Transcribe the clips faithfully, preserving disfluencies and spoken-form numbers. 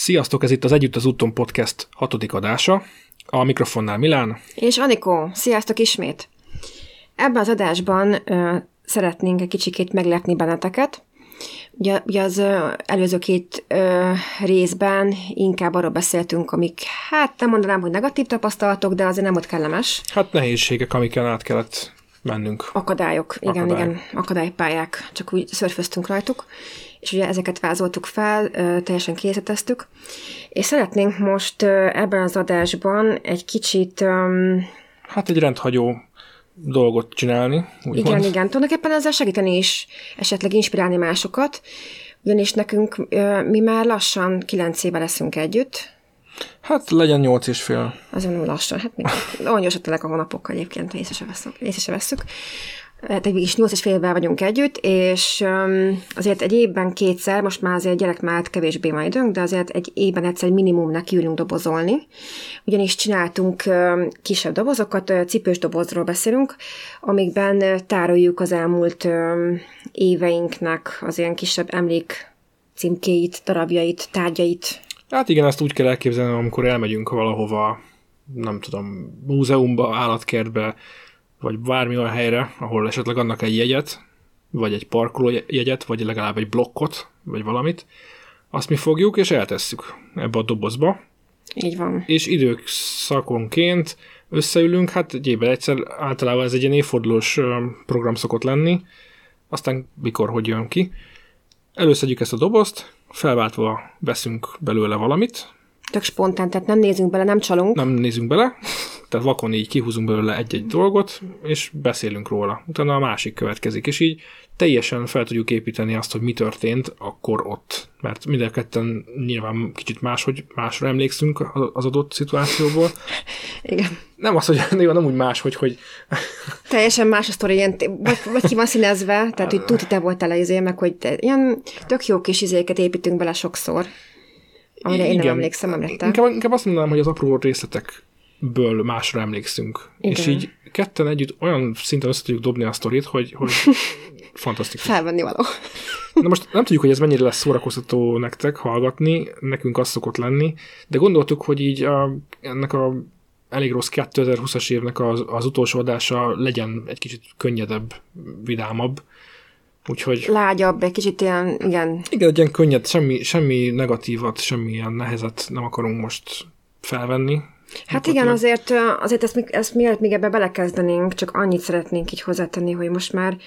Sziasztok, ez itt az Együtt az úton podcast hatodik adása. A mikrofonnál Milán. És Anikó, sziasztok ismét! Ebben az adásban ö, szeretnénk egy kicsikét meglepni benneteket. Ugye, ugye az ö, előző két ö, részben inkább arról beszéltünk, amik, hát nem mondanám, hogy negatív tapasztalatok, de azért nem volt kellemes. Hát nehézségek, amiken át kellett mennünk. Akadályok, igen, Akadály. igen, akadálypályák, csak úgy szörföztünk rajtuk. És ugye ezeket vázoltuk fel, teljesen készíteztük. És szeretnénk most ebben az adásban egy kicsit... Um, hát egy rendhagyó dolgot csinálni. Igen, mond. igen. Tulajdonképpen ezzel segíteni is, esetleg inspirálni másokat. Ugyanis nekünk mi már lassan kilenc éve leszünk együtt. Hát legyen nyolc és fél. Azért lassan. Hát olyan gyorsan telek a hónapokkal egyébként, észre se vesszük. Hát is nyolc és fél évvel vagyunk együtt, és um, azért egy évben kétszer, most már azért gyerek mellett kevésbé van időnk, de azért egy évben egyszer minimumnak kiülünk dobozolni. Ugyanis csináltunk um, kisebb dobozokat, uh, cipős dobozról beszélünk, amikben uh, tároljuk az elmúlt um, éveinknek az ilyen kisebb emlék címkéit, darabjait, tárgyait. Hát igen, ezt úgy kell elképzelni, amikor elmegyünk valahova, nem tudom, múzeumba, állatkertbe, vagy bármi olyan helyre, ahol esetleg adnak egy jegyet, vagy egy parkolójegyet, vagy legalább egy blokkot, vagy valamit, azt mi fogjuk, és eltesszük ebbe a dobozba. Így van. És időszakonként összeülünk, hát egy évben egyszer, általában ez egy ilyen évfordulós program szokott lenni, aztán mikor, hogy jön ki. Előszedjük ezt a dobozt, felváltva veszünk belőle valamit. Tök spontán, tehát nem nézünk bele, nem csalunk. Nem nézünk bele, tehát vakon így kihúzunk belőle egy-egy dolgot, és beszélünk róla. Utána a másik következik, és így teljesen fel tudjuk építeni azt, hogy mi történt akkor ott. Mert minden ketten nyilván kicsit máshogy, másra emlékszünk az adott szituációból. Igen. Nem az, hogy nem úgy máshogy, hogy... Teljesen más a sztori, ilyen, vagy, vagy ki van színezve, tehát hogy tuti te voltál izé, meg hogy te, ilyen tök jó kis izéket építünk bele sokszor. Amire én nem emlékszem, emléktem. Inkább, inkább azt mondanám, hogy az apró részletekből másra emlékszünk. Igen. És így ketten együtt olyan szinten össze tudjuk dobni a sztorit, hogy, hogy fantasztikus. Felvenni való. Na most nem tudjuk, hogy ez mennyire lesz szórakoztató nektek hallgatni, nekünk az szokott lenni, de gondoltuk, hogy így a, ennek a elég rossz kétezer-húszas évnek az, az utolsó adása legyen egy kicsit könnyedebb, vidámabb. Úgyhogy... Lágyabb, egy kicsit ilyen, igen. Igen, egy ilyen könnyed, semmi, semmi negatívat, semmi ilyen nehezet nem akarunk most felvenni. Hát igen, azért, azért ezt, ezt mielőtt még ebbe belekezdenénk, csak annyit szeretnénk így hozzátenni, hogy most már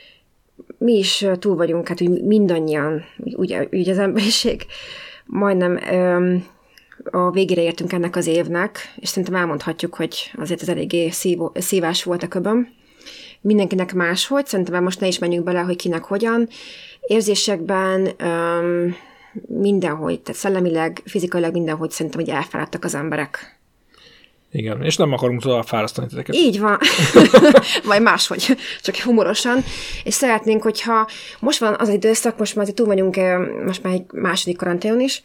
mi is túl vagyunk, hát úgy mindannyian, úgy, úgy az emberiség, majdnem öm, a végére értünk ennek az évnek, és szerintem elmondhatjuk, hogy azért ez eléggé szívó, szívás volt a köböm. Mindenkinek máshogy, szerintem most ne is menjünk bele, hogy kinek hogyan. Érzésekben öm, mindenhogy, tehát szellemileg, fizikailag mindenhogy szerintem, hogy elfáradtak az emberek. Igen, és nem akarunk tovább fárasztani titeket. Így van. Vagy máshogy, csak humorosan. És szeretnénk, hogyha most van az időszak, most már túl vagyunk, most már egy második karanténon is.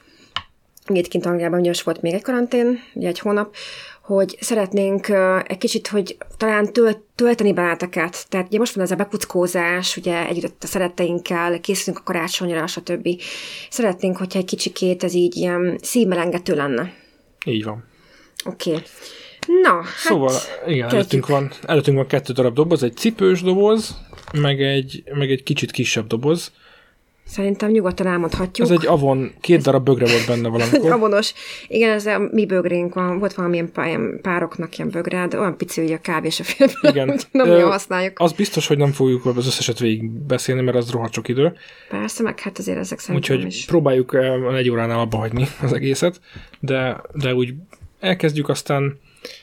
Itt kint Angliában ugye volt még egy karantén, ugye egy hónap, hogy szeretnénk uh, egy kicsit, hogy talán tölt, tölteni benneteket. Tehát ugye most van ez a bepuckózás, ugye együtt a szeretteinkkel, készülünk a karácsonyra, stb. Szeretnénk, hogyha egy kicsikét ez így ilyen szívmelengető lenne. Így van. Oké. Okay. Na, hát... Szóval, igen, előttünk van, előttünk van kettő darab doboz, egy cipős doboz, meg egy, meg egy kicsit kisebb doboz. Szerintem nyugodtan elmondhatjuk. Ez egy Avon, két darab bögre volt benne valamikor. Avonos. Igen, ez a mi bögrénk van. Volt valamilyen pároknak ilyen bögre, de olyan pici, hogy a kávé se fél. Igen. Nem nagyon használjuk. Az biztos, hogy nem fogjuk az összeset végig beszélni, mert az rohadt sok idő. Persze, meg hát azért ezek szerintem Úgyhogy is. próbáljuk egy óránál abba hagyni az egészet, de, de úgy elkezdjük, aztán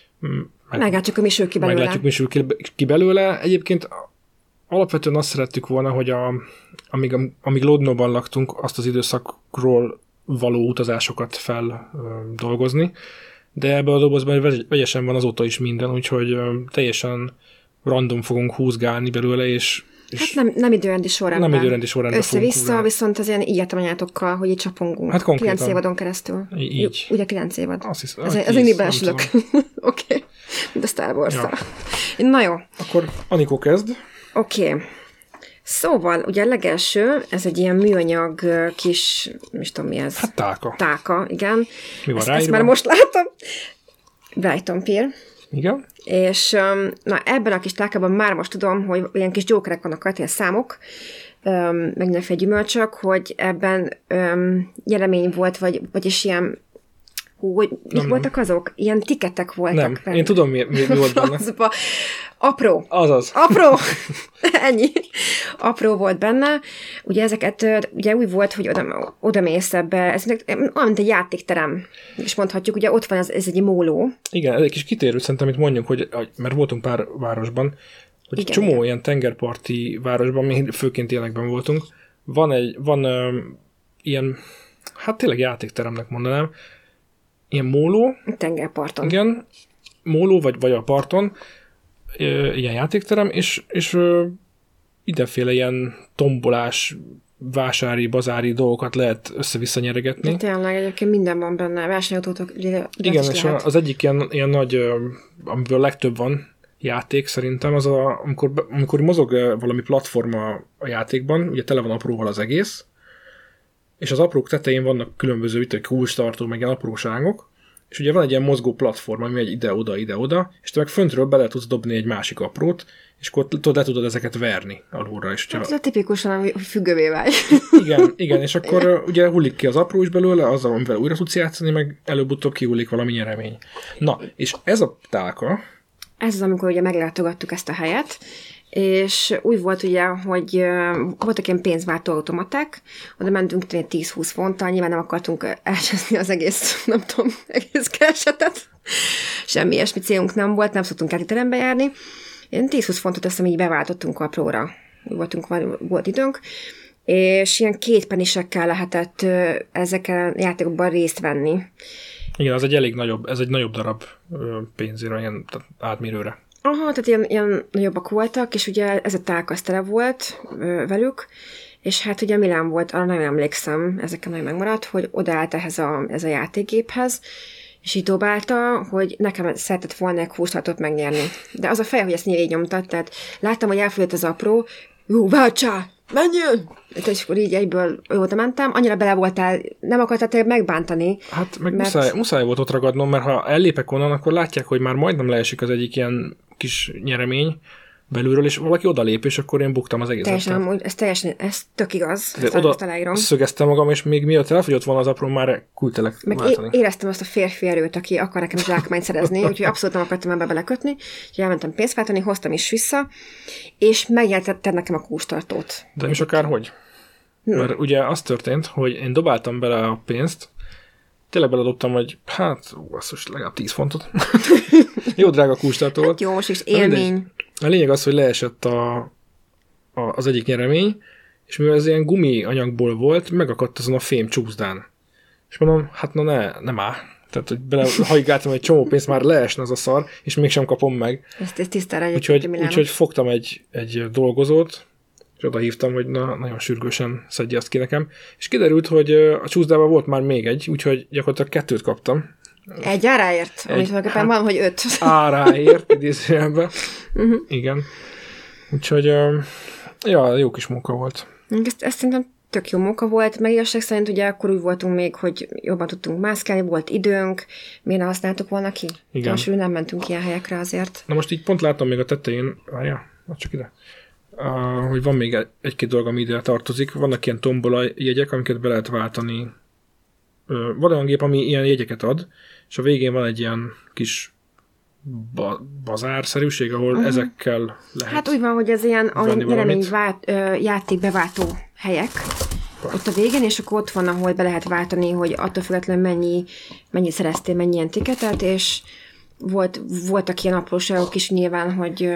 meg, meglátjuk, hogy mi sül ki belőle. Meglátjuk, mi sül ki belőle. Egyébként alapvetően azt szerettük volna, hogy a, amíg, amíg Lodnóban laktunk, azt az időszakról való utazásokat feldolgozni, de ebben a dobozban vegyesen van azóta is minden, úgyhogy teljesen random fogunk húzgálni belőle, és, és hát nem, nem időrendi sorrendben. Nem időrendi sorrendben össze-vissza, viszont az ilyen ilyetemanyátokkal, hogy így csapongunk. Hát konkrétan. Kilenc évadon keresztül. Így. Ugye kilenc évad. Azt hiszem. Ez, ez mindig belesülök. Oké. Okay. Mint a Star Wars-ra. Ja. Na jó. Akkor Anikó kezd. Oké. Okay. Szóval, ugye a legelső, ez egy ilyen műanyag kis, nem is tudom mi ez. Hát tálka. Tálka, igen. Mi van ezt, ráírva? ezt már most láttam. Brighton Pier. Igen. És na, ebben a kis tálkában már most tudom, hogy ilyen kis jokerek vannak rajta, ilyen számok, öm, meg mindenféle gyümölcsök, hogy ebben öm, nyelemény volt, vagy, vagyis ilyen, hú, hogy mik nem, voltak nem. azok? Ilyen tiketek voltak. Nem, benne. én tudom, mi, mi, mi volt benne. Apró. Azaz. Apró. Ennyi. Apró volt benne. Ugye ezeket, ugye úgy volt, hogy oda, oda mész ebbe, ez olyan, mint egy játékterem, és mondhatjuk, ugye ott van ez, ez egy móló. Igen, ez egy kis kitérő szerintem, itt mondjuk, hogy, mert voltunk pár városban, hogy igen, csomó igen. ilyen tengerparti városban, mi főként ilyenekben voltunk, van egy, van ö, ilyen, hát tényleg játékteremnek mondanám, ilyen móló. Tengerparton. Igen, móló, vagy, vagy a parton, ö, ilyen játékterem, és, és ö, ideféle ilyen tombolás, vásári, bazári dolgokat lehet össze-vissza nyeregetni. De tényleg egyébként minden van benne, versenyautótok. Ugye, igen, és lehet. Az egyik ilyen, ilyen nagy, amiből legtöbb van játék szerintem, az a, amikor, amikor mozog valami platforma a játékban, ugye tele van apróval az egész, és az aprók tetején vannak különböző itt, kulcstartó, meg ilyen apróságok, és ugye van egy ilyen mozgó platform, ami megy ide-oda, ide-oda, és te meg föntről bele tudsz dobni egy másik aprót, és akkor tudod, le tudod ezeket verni alulra is. Hát ez tipikusan, hogy függővé vágy. Igen, igen, és akkor igen. ugye hullik ki az apró is belőle, azzal, amivel újra tudsz játszani, meg előbb-utóbb kihullik valami nyeremény. Na, és ez a tálka... Ez az, amikor ugye meglátogattuk ezt a helyet, és úgy volt ugye, hogy uh, voltak ilyen pénzváltó automaták, oda mentünk tíz-húsz fonttal, nyilván nem akartunk elcseszni az egész, nem tudom, egész keresetet. Semmi ilyesmi célunk nem volt, nem szoktunk átiterembe járni. Én tíz-húsz fontot azt hiszem így beváltottunk apróra. Úgy voltunk, volt időnk. És ilyen két penisekkel lehetett uh, ezekkel a játékokban részt venni. Igen, az egy elég nagyobb, ez egy nagyobb darab pénzére, ilyen átmérőre. Aha, tehát ilyen, ilyen nagyobbak voltak, és ugye ez a tálka tele volt ö, velük, és hát ugye Milán volt, arra nagyon emlékszem, ezeken nagyon megmaradt, hogy odaállt ehhez a, ez a játékgéphez, és így dobálta, hogy nekem szeretett volna egy hústartót megnyerni. De az a feje, hogy ezt így nyomtat, tehát láttam, hogy elfölött az apró, jó, váltsál, menjél! És akkor így egyből oda mentem, annyira bele voltál, nem akartál tényleg megbántani. Hát meg mert... muszáj, muszáj volt ott ragadnom, mert ha ellépek onnan, akkor látják, hogy már majdnem leesik az egyik ilyen kis nyeremény belülről, és valaki odalép, és akkor én buktam az egészet. Teljesen, amúgy, ez teljesen, ez tök igaz. De oda szögeztem magam, és még miatt elfogyott volna az apró, már küldtelek meg váltani. Meg éreztem azt a férfi erőt, aki akar nekem zsákmányt szerezni, úgyhogy abszolút nem akartam ebbe belekötni, úgyhogy elmentem pénzt váltani, hoztam is vissza, és megjeltetted nekem a kulcstartót. De is akárhogy. Hmm. Mert ugye az történt, hogy én dobáltam bele a pénzt, tényleg beledobtam, hogy hát, ó, basszus, legalább tíz fontot. Jó drága kulcstartó volt. Hát jó, most is élmény. A lényeg az, hogy leesett a, a, az egyik nyeremény, és mivel ez ilyen gumi anyagból volt, megakadt azon a fém csúszdán. És mondom, hát na ne, nem áll. Tehát, hogy belehajigáltam egy csomó pénzt, már leesne az a szar, és mégsem kapom meg. Ezt, ezt tisztára úgyhogy, úgyhogy fogtam egy, egy dolgozót, és oda hívtam, hogy na, nagyon sürgősen szedje azt ki nekem. És kiderült, hogy a csúszdában volt már még egy, úgyhogy gyakorlatilag kettőt kaptam. Egy áráért? Amit hát, van, hogy öt. Áráért, idézőjelben. uh-huh. Igen. Úgyhogy, ja, jó kis munka volt. Ezt, ezt szerintem tök jó munka volt, meg igazság szerint ugye akkor úgy voltunk még, hogy jobban tudtunk mászkálni, volt időnk, miért ne használtuk volna ki? Igen. Most nem mentünk ilyen helyekre azért. Na most így pont látom még a tetején, várjál, csak ide, uh, hogy van még egy-két dolog, ami ide tartozik. Vannak ilyen tombola jegyek, amiket be lehet váltani. Uh, van olyan gép, ami ilyen jegyeket ad, és a végén van egy ilyen kis ba- bazárszerűség, ahol uh-huh. ezekkel lehet. Hát úgy van, hogy ez ilyen nyereményvát, játékbeváltó helyek ott a végén, és akkor ott van, ahol be lehet váltani, hogy attól függetlenül mennyi, mennyi szereztél, mennyi ilyen tiketet, és volt, voltak ilyen apróságok is nyilván, hogy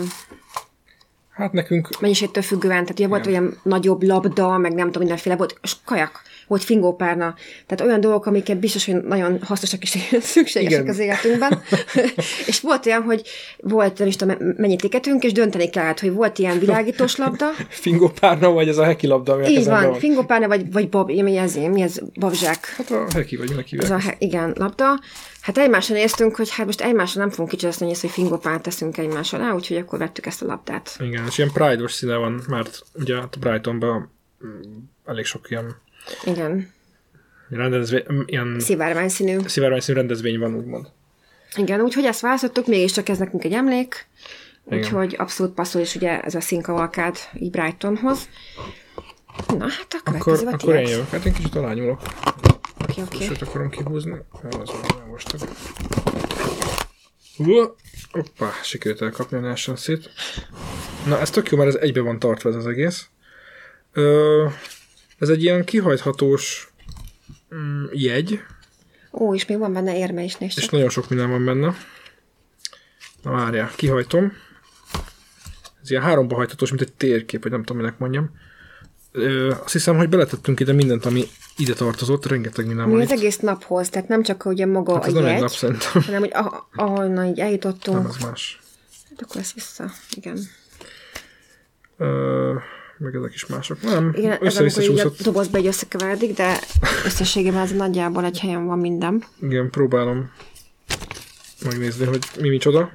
hát nekünk mennyiségtől függően, tehát ugye volt olyan nagyobb labda, meg nem tudom, mindenféle volt, és kajak, volt fingópárna, tehát olyan dolgok, amiket biztos, hogy nagyon hasznosak és szükségesek igen. az életünkben. És volt olyan, hogy volt, nem is tudom, mennyi tiketünk, és dönteni kellett, hogy volt ilyen világítós labda. Fingópárna, vagy ez a heki labda, ami így van, van. Fingópárna, vagy, vagy bab, mi ez, mi ez, babzsák. Hát a heki, vagy minek hívják. Ez a he- igen, labda. Hát egymásra néztünk, hogy hát most egymásra nem fogunk kicseszni, hogy fingópárt teszünk egymás alá, úgyhogy akkor vettük ezt a labdát. Igen, és ilyen Pride-os színe van, mert ugye a Brightonban elég sok ilyen igen. rendezvény, ilyen szivárványszínű. szivárványszínű rendezvény van, úgymond. Igen, úgyhogy ezt választottuk, mégiscsak ez nekünk egy emlék, úgyhogy abszolút passzol is ugye ez a színkavalkád így Brightonhoz. Na, hát a következő Akkor, akkor én jövök. Hát én kicsit alányulok. Oké, oké. Sőt, akarom kihúzni. Az már most. Uh, hoppá, sikerült elkapni a Nation City. Na, ez tök jó, mert ez egybe van tartva ez az egész. Ö, ez egy ilyen kihajthatós mm, jegy. Ó, és még van benne érme is, nézd csak. És nagyon sok minden van benne. Na várjál, kihajtom. Ez ilyen háromba hajthatós, mint egy térkép, vagy nem tudom, minek mondjam. Ö, azt hiszem, hogy beletettünk ide mindent, ami ide tartozott, rengeteg minden mi van az itt. egész naphoz, tehát nem csak ugye maga Hát a ez nem egy jegy, nap, szerintem. hanem hogy ah- ahonnan így eljutottunk. Nem, az más. Hát akkor ezt vissza, igen. Ö, meg ezek is mások. Nem, Igen, ez amikor így a dobozba így összekeveredik, de összességében ez nagyjából egy helyen van minden. Igen, próbálom megnézni, hogy mi micsoda.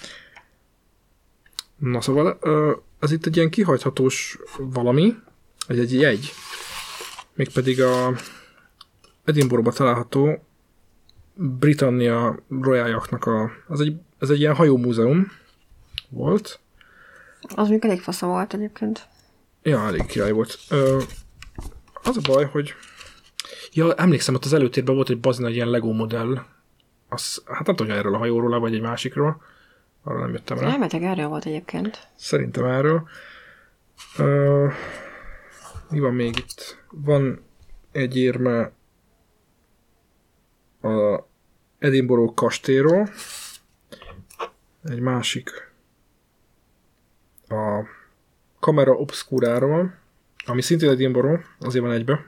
Na szóval, ö, ez itt egy ilyen kihajthatós valami, egy, egy jegy, mégpedig a Edinburghba található Britannia Royal Yachtnak a... Ez egy, ez egy ilyen hajómúzeum volt. Az még elég fasza volt egyébként. Ja, elég király volt. Ö, az a baj, hogy... Ja, emlékszem, ott az előtérben volt egy bazin egy ilyen Lego modell. Az, hát nem tudom, erről a hajóról, vagy egy másikról. Arra nem jöttem rá. Elmetek erről volt egyébként. Szerintem erről. Ö, mi van még itt? Van egy érme a Edinburgh kastélyról. Egy másik a Camera Obscuráról, ami szintén Edinburgh, azért van egybe.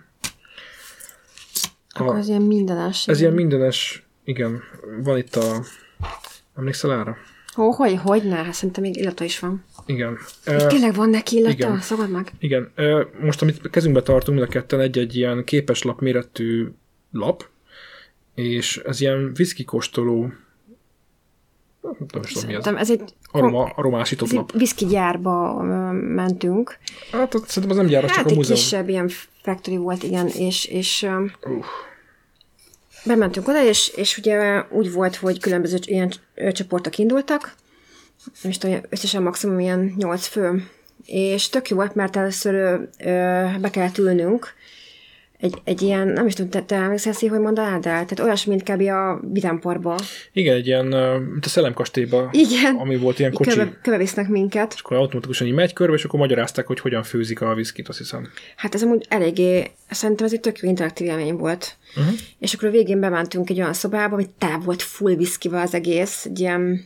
Akkor ez ilyen mindenes. Ez ilyen mindenes, igen. Van itt a... Emlékszel erre? Ó, hogy, hogy ne? Hát szerintem még illata is van. Igen. Uh, tényleg van neki illata? Igen. Szagad meg. Igen. Uh, most, amit kezünkbe tartunk, mind a ketten egy-egy ilyen képeslap méretű lap, és ez ilyen whisky kóstoló, nem is tudom mi ez. Ez egy Aroma, aromásított ez lap. egy whisky gyárba mentünk. Hát szerintem az nem gyár, az hát csak a egy múzeum. kisebb ilyen factory volt, igen, és, és uh. bementünk oda, és, és ugye úgy volt, hogy különböző ilyen csoportok indultak, és összesen maximum ilyen nyolc fő. És tök jó volt, mert először ö, be kellett ülnünk egy, egy ilyen, nem is tudom, te, te emlékszel, hogy mondanád el? Tehát olyasmi, mint kb. A vidámparkba. Igen, egy ilyen, mint a Szellemkastélyban, igen, ami volt ilyen kocsi. Köve, kövevisznek minket. És akkor automatikusan így megy körbe, és akkor magyarázták, hogy hogyan főzik a viszkit, azt hiszem. Hát ez amúgy eléggé, szerintem ez egy tök jó interaktív élmény volt. Uh-huh. És akkor a végén bementünk egy olyan szobába, ami tele volt full viszkivel az egész, egy ilyen...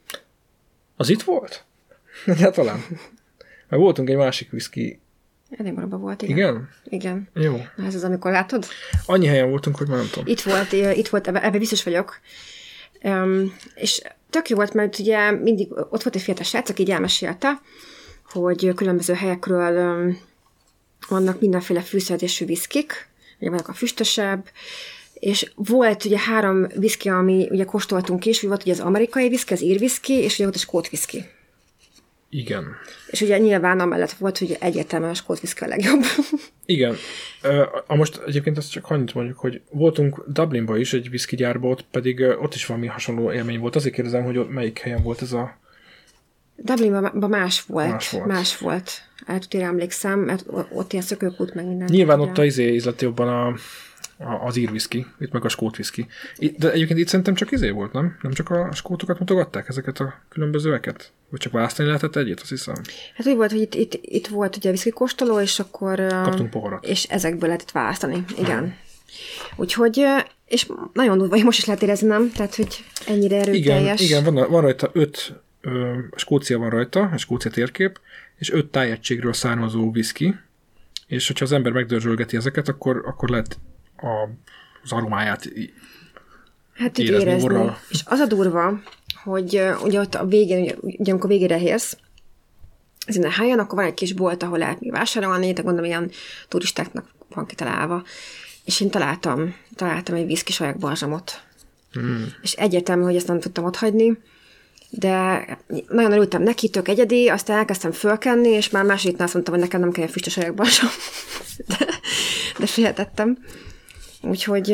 Az itt volt? Egyáltalán. Mert voltunk egy másik viszki. Edinburghban volt, igen. Igen? Igen. Jó. Na ez az, amikor látod? Annyi helyen voltunk, hogy már nem tudom. Itt volt, itt volt ebbe, ebbe biztos vagyok. Um, és tök jó volt, mert ugye mindig ott volt egy fiatal srác, aki így elmesélte, hogy különböző helyekről um, vannak mindenféle fűszerezésű viszkik, ugye vannak a füstösebb, és volt ugye három viszki, ami ugye kóstoltunk is, volt ugye az amerikai viszki, az ír viszki, és ugye volt a skót viszki. Igen. És ugye nyilván amellett volt, hogy egyértelműen a skót viszki a legjobb. Igen. Uh, most egyébként azt csak annyit mondjuk, hogy voltunk Dublinban is egy whisky gyárban, ott pedig uh, ott is valami hasonló élmény volt. Azért kérdezem, hogy ott melyik helyen volt ez a... Dublinban más volt. Más volt. Más volt. El tudjára emlékszem, mert ott ilyen szökőkút meg minden. Nyilván ott a izé ízleti jobban a, a, az ír whisky, itt meg a skót whisky. De egyébként itt szerintem csak izé volt, nem? Nem csak a skótokat mutogatták, ezeket a különbözőeket? Vagy csak választani lehetett egyet, azt hiszem. Hát úgy volt, hogy itt, itt, itt volt ugye a whisky kóstoló, és akkor... Kaptunk poharat. És ezekből lehetett választani, igen. Hmm. Úgyhogy, és nagyon durva, hogy most is lehet érezni, nem? Tehát, hogy ennyire erőteljes. Igen, igen van, van rajta öt, ö, Skócia van rajta, a Skócia térkép, és öt tájegységről származó whisky, és hogyha az ember megdörzsölgeti ezeket, akkor, akkor lehet a, az aromáját hát így érezni. érezni. Orral. És az a durva, hogy uh, ugye ott a végén, ugye, ugye amikor végére érsz, ezen a helyen, akkor van egy kis bolt, ahol lehet még vásárolni, de gondolom ilyen turistáknak van kitalálva. És én találtam, találtam egy viszki sajak balzsamot. Hmm. És egyértelmű, hogy ezt nem tudtam otthagyni. de nagyon örültem neki, tök egyedi, aztán elkezdtem fölkenni, és már második azt mondtam, hogy nekem nem kell füstös ajakban sem. De, de féltettem. Úgyhogy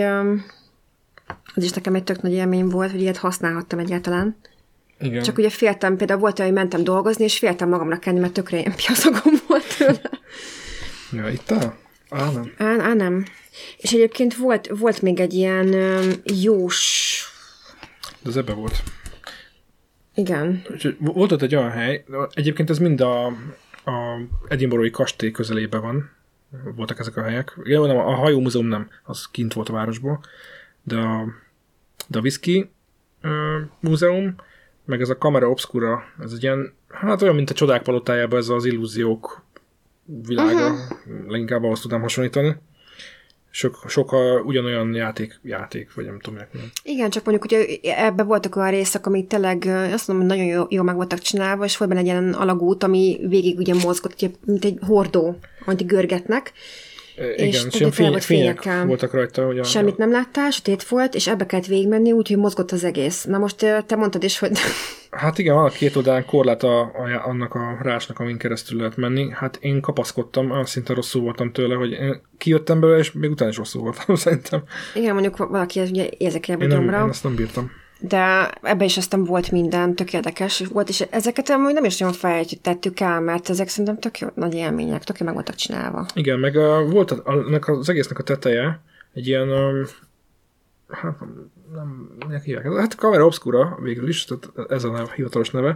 az is nekem egy tök nagy élmény volt, hogy ilyet használhattam egyáltalán. Igen. Csak ugye féltem, például volt olyan, hogy mentem dolgozni, és féltem magamra kenni, mert tökre ilyen piaszagom volt tőle. Ja, itt áll? Á, nem. Á, á, nem. És egyébként volt, volt még egy ilyen um, jós... De az ebbe volt. Igen. Volt ott egy olyan hely, egyébként ez mind a, a Edinburghi kastély közelében van. Voltak ezek a helyek. Igen, nem, a hajómúzeum nem, az kint volt a városból. De a, de a whisky uh, múzeum, meg ez a Camera Obscura, ez egy ilyen, hát olyan, mint a Csodák palotájában ez az illúziók világa, uh-huh. leginkább ahhoz tudnám hasonlítani. Sok, sok a, ugyanolyan játék, játék, vagy nem tudom, mi. Igen, csak mondjuk, hogy ebben voltak olyan részek, amik tényleg azt mondom, hogy nagyon jól jó meg voltak csinálva, és volt benne egy ilyen alagút, ami végig ugye mozgott, ugye, mint egy hordó, amit görgetnek. E, igen, és ilyen fény, fények voltak rajta. Ugyan, semmit nem láttál, sötét volt, és ebbe kellett végigmenni, úgyhogy mozgott az egész. Na most te mondtad is, hogy... Hát igen, van a két oldalán korlát a, a, annak a rásnak, amin keresztül lehet menni. Hát én kapaszkodtam, olyan szinte rosszul voltam tőle, hogy én kijöttem belőle, és még utána is rosszul voltam, szerintem. Igen, mondjuk valaki ugye érzékenyebb a gyomra. Én ezt nem bírtam. De ebben is aztán volt minden, tök érdekes volt, és ezeket amúgy nem is nagyon felejtettük el, mert ezek szerintem tök jó nagy élmények, tök jó meg voltak csinálva. Igen, meg uh, volt a, a, az egésznek a teteje egy ilyen, um, hát nem, minek hívják, hát Camera Obscura végül is, tehát ez a neve, hivatalos neve.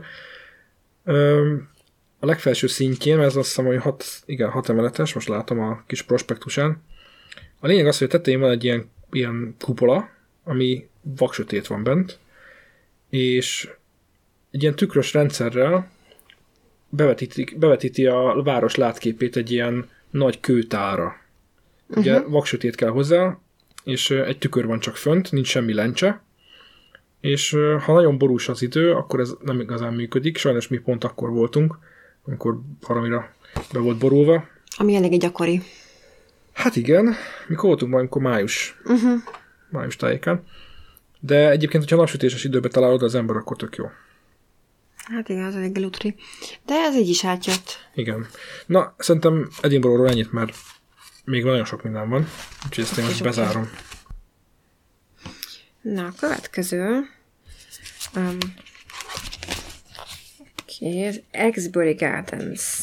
Um, a legfelső szintjén, ez azt hiszem, hogy hat, igen, hat emeletes, most látom a kis prospektusán. A lényeg az, hogy a tetején van egy ilyen, ilyen kupola, ami vaksötét van bent, és egy ilyen tükrös rendszerrel bevetíti, bevetíti a város látképét egy ilyen nagy kőtára. Ugye uh-huh. vaksötét kell hozzá, és egy tükör van csak fönt, nincs semmi lencse, és ha nagyon borús az idő, akkor ez nem igazán működik. Sajnos mi pont akkor voltunk, amikor valamira be volt borulva. Ami elég gyakori. Hát igen, mikor voltunk majd, amikor május. Uh-huh. Május tájékán. De egyébként, hogyha napsütéses időben találod az ember, akkor tök jó. Hát igen, az elég lutri. De ez így is átjött. Igen. Na, szerintem Edinburghról ennyit, mert még nagyon sok minden van. Úgyhogy ezt én most bezárom. Na, a következő. Um, Oké, okay, Exbury Gardens.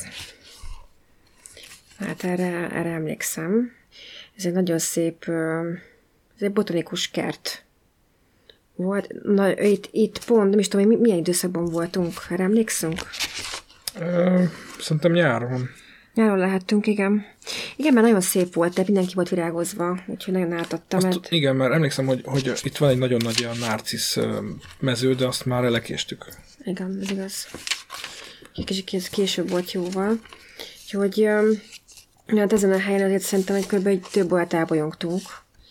Hát erre, erre emlékszem. Ez egy nagyon szép, ez egy botanikus kert volt. Na, itt, itt pont, nem is tudom, hogy milyen időszakban voltunk. Erre emlékszünk? Ö, szerintem nyáron. Nyáron lehettünk, igen. Igen, mert nagyon szép volt, de mindenki volt virágozva, úgyhogy nagyon átadtam. Mert... Igen, mert emlékszem, hogy, hogy itt van egy nagyon nagy ilyen narcisz mező, de azt már elekéstük. Igen, ez igaz. Egy kicsit később volt jóval. Úgyhogy hát ezen a helyen azért szerintem egy kb. Egy több órát elbolyongtunk.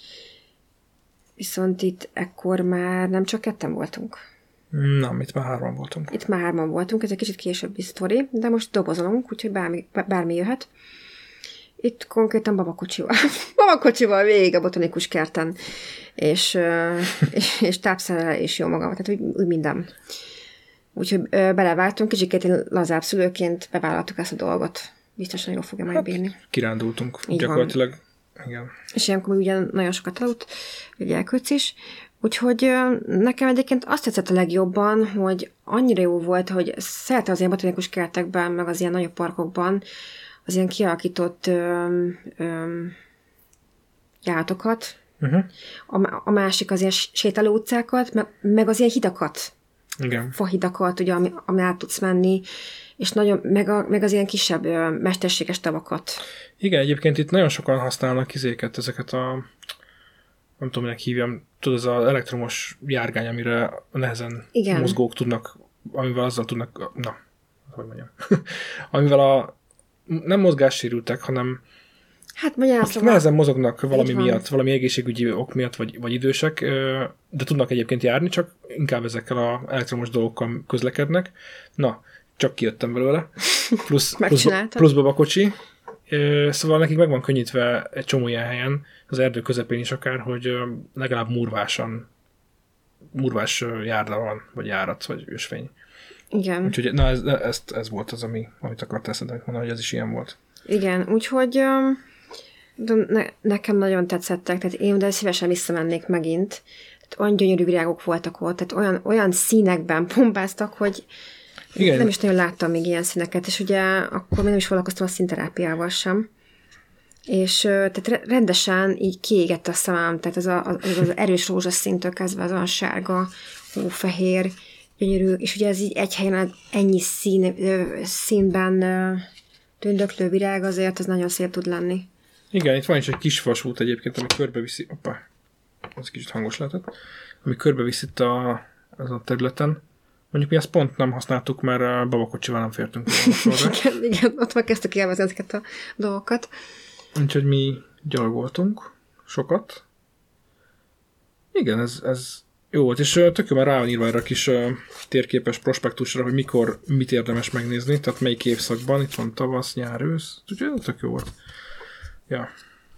Viszont itt ekkor már nem csak ketten voltunk. Nem, itt már hárman voltunk. Itt már hárman voltunk, ez egy kicsit későbbi sztori, de most dobozolunk, úgyhogy bármi, bármi jöhet. Itt konkrétan babakocsival. babakocsival végig a botanikus kerten. És, és, és tápszerelés jó magam, tehát úgy, úgy minden. Úgyhogy belevágtunk, kicsit lazább szülőként bevállaltuk ezt a dolgot. Biztosan jól fogja majd hát, bírni. Kirándultunk így gyakorlatilag. Igen. És ilyenkor ugye nagyon sokat aludt, a gyerkőc is. Úgyhogy nekem egyébként azt tetszett a legjobban, hogy annyira jó volt, hogy szeretem az ilyen botanikus kertekben, meg az ilyen nagyobb parkokban az ilyen kialakított öm, öm, járatokat. Uh-huh. A, a másik az ilyen sétáló utcákat, meg, meg az ilyen hidakat. Igen. Fahidakat, ugye, ami, ami át tudsz menni, és nagyon, meg, a, meg az ilyen kisebb ö, mesterséges tavakat. Igen, egyébként itt nagyon sokan használnak kizéket, ezeket a, nem tudom, minek hívjam, tudod, ez az elektromos járgány, amire nehezen igen. mozgók tudnak, amivel azzal tudnak, na, hogy mondjam, amivel a nem mozgássérültek, hanem hát mondjál, akik nehezen mozognak valami miatt, valami egészségügyi ok miatt, vagy, vagy idősek, de tudnak egyébként járni, csak inkább ezekkel az elektromos dolgokkal közlekednek. Na, csak kijöttem belőle. Plusz, plusz, plusz babakocsi. Szóval nekik meg van könnyítve egy csomó ilyen helyen, az erdő közepén is akár, hogy legalább murvásan murvás járda van, vagy járat, vagy ösvény. Igen. Úgyhogy na ez, ez, ez volt az, ami, amit akartál szerintem mondani, hogy ez is ilyen volt. Igen, úgyhogy de ne, nekem nagyon tetszettek, tehát én de szívesen visszamennék megint. Tehát olyan gyönyörű virágok voltak ott, tehát olyan, olyan színekben pompáztak, hogy igen. Nem is nagyon láttam még ilyen színeket, és ugye akkor még nem is foglalkoztam a színterápiával sem. És tehát rendesen így kiégett a szemem, tehát ez a, az, az erős rózsaszíntől kezdve az olyan sárga, hófehér, gyönyörű, és ugye ez így egy helyen ennyi szín, színben tündöklő virág, azért ez nagyon szép tud lenni. Igen, itt van is egy kis vasút egyébként, ami körbeviszi, opa, az kicsit hangos lehetett, ami körbeviszi itt a, az a területen. Mondjuk mi ezt pont nem használtuk, mert babakocsival nem fértünk. igen, igen, ott már kezdtük élvezni ezeket a dolgokat. Úgyhogy mi gyalogoltunk sokat. Igen, ez, ez jó volt, és tök jó, mert rá van írva erre a kis uh, térképes prospektusra, hogy mikor mit érdemes megnézni, tehát melyik évszakban, itt van tavasz, nyár, ősz, úgyhogy tök jó volt. Ja.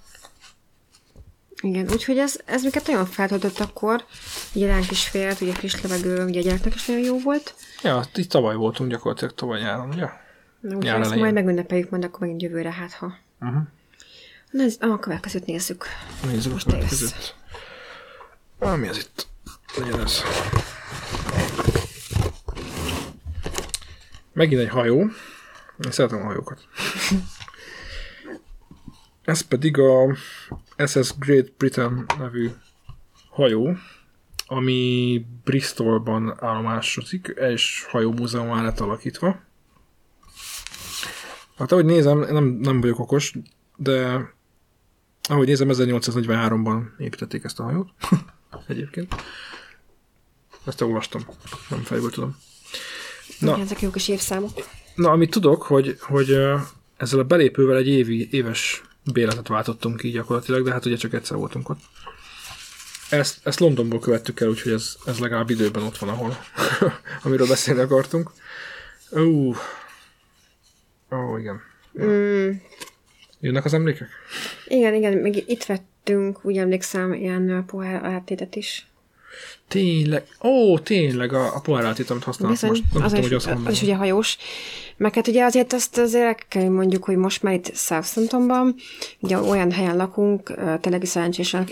Igen, úgyhogy ez, ez minket nagyon feltöltött akkor, ugye ránk is félt, ugye friss levegő, ugye a gyereknek is nagyon jó volt. Ja, itt tavaly voltunk gyakorlatilag, tavaly nyáron, ugye? Úgyhogy ezt elején. Majd megünnepeljük, majd akkor megint jövőre, hát ha. Uh-huh. Na, ez, a következőt nézzük. Nézzük most a következőt. Ah, mi az itt? Legyen ez. Megint egy hajó. Én szeretem a hajókat. Ez pedig a es es Great Britain nevű hajó, ami Bristolban állomásozik, és hajómúzeum áll lett alakítva. Hát ahogy nézem, nem, nem vagyok okos, de ahogy nézem, ezernyolcszáznegyvenháromban építették ezt a hajót. Egyébként. Ezt olvastam, nem fejből tudom. Na, ezek jó kis évszámok. Na, amit tudok, hogy, hogy ezzel a belépővel egy évi, éves béletet váltottunk ki gyakorlatilag, de hát ugye csak egyszer voltunk ott. Ezt, ezt Londonból követtük el, úgyhogy ez, ez legalább időben ott van, ahol amiről beszélni akartunk. Ó, uh. oh, igen. Mm. Jönnek az emlékek? Igen, igen, meg itt vettünk, úgy emlékszem, ilyen pohár áttétet is. Tényleg, ó, tényleg a, a pohár átét, amit használok Bizony, most. Nem az, tudom, is, hogy azt az is ugye hajós. Meg hát ugye azért azt azért kell mondjuk, hogy most már itt Southamptonban, ugye olyan helyen lakunk, tényleg szerencsésen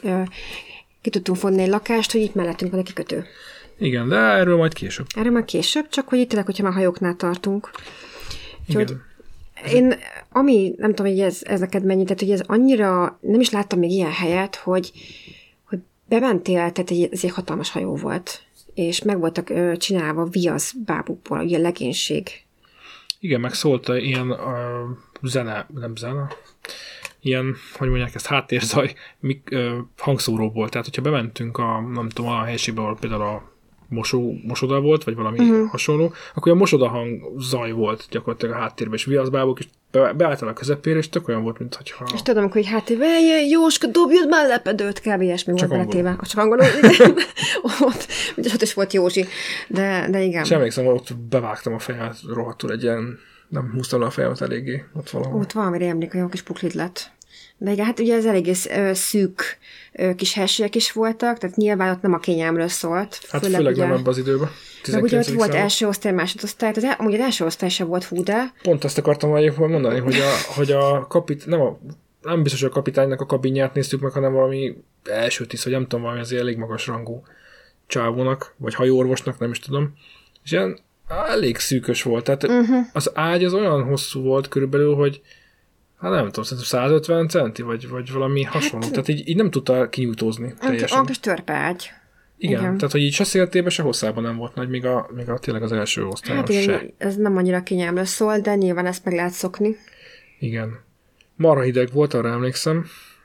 ki tudtunk fogni egy lakást, hogy itt mellettünk van a kikötő. Igen, de erről majd később. Erről majd később, csak hogy itt tényleg, hogyha már hajóknál tartunk. Igen. Úgyhogy én, ami, nem tudom, hogy ez, ez neked mennyi, tehát hogy ez annyira, nem is láttam még ilyen helyet, hogy, hogy bementél, tehát egy, ez egy hatalmas hajó volt, és meg voltak ö, csinálva viasz bábukból, ugye legénység. Igen, meg szólt ilyen uh, zene, nem zene, ilyen, hogy mondják ezt, háttérzaj mik, uh, hangszóróból, tehát hogyha bementünk a, nem tudom, a helyiségbe, ahol például a mosó, mosoda volt, vagy valami uh-huh. hasonló, akkor a mosoda hang zaj volt gyakorlatilag a háttérben, és viaszbábok, és be, beálltál a közepére, és tök olyan volt, mintha... És tudom, amikor hogy háttérben, Jóska, dobjad már lepedőt, kb. Ilyesmi volt beletéve. Csak angolul. ott, ott is volt Józsi, de, de igen. És emlékszem, ott bevágtam a fejemet rohadtul egy ilyen, nem húztam le a fejemet eléggé, ott valahol. Ott valamire emlék, olyan kis puklit lett. De igen, hát ugye ez eléggé szűk kis helységek is voltak, tehát nyilván ott nem a kényelmről szólt. Hát főleg, főleg ugye, nem ebben az időben. Meg ugye ott volt első osztály, másodosztály, tehát amúgy az első osztály sem volt hú, de... Pont azt akartam egyébként mondani, hogy a, hogy a kapit, nem, a, nem biztos, hogy a kapitánynak a kabinját néztük meg, hanem valami első tiszt, vagy nem tudom, valami azért elég magas rangú csávónak, vagy hajóorvosnak, nem is tudom. És ilyen elég szűkös volt, tehát uh-huh. az ágy az olyan hosszú volt körülbelül, hogy hát nem tudom, szerintem száz ötven centi, vagy, vagy valami hasonló. Hát, tehát így, így nem tudta kinyújtózni teljesen. Olyan kis törpeágy. Igen, igen, tehát hogy így se széltében, se hosszában nem volt nagy, még a, még a tényleg az első osztályon hát igen, se. Ez nem annyira kényelmű szól, de nyilván ezt meg lehet szokni. Igen. Marha hideg volt, arra emlékszem.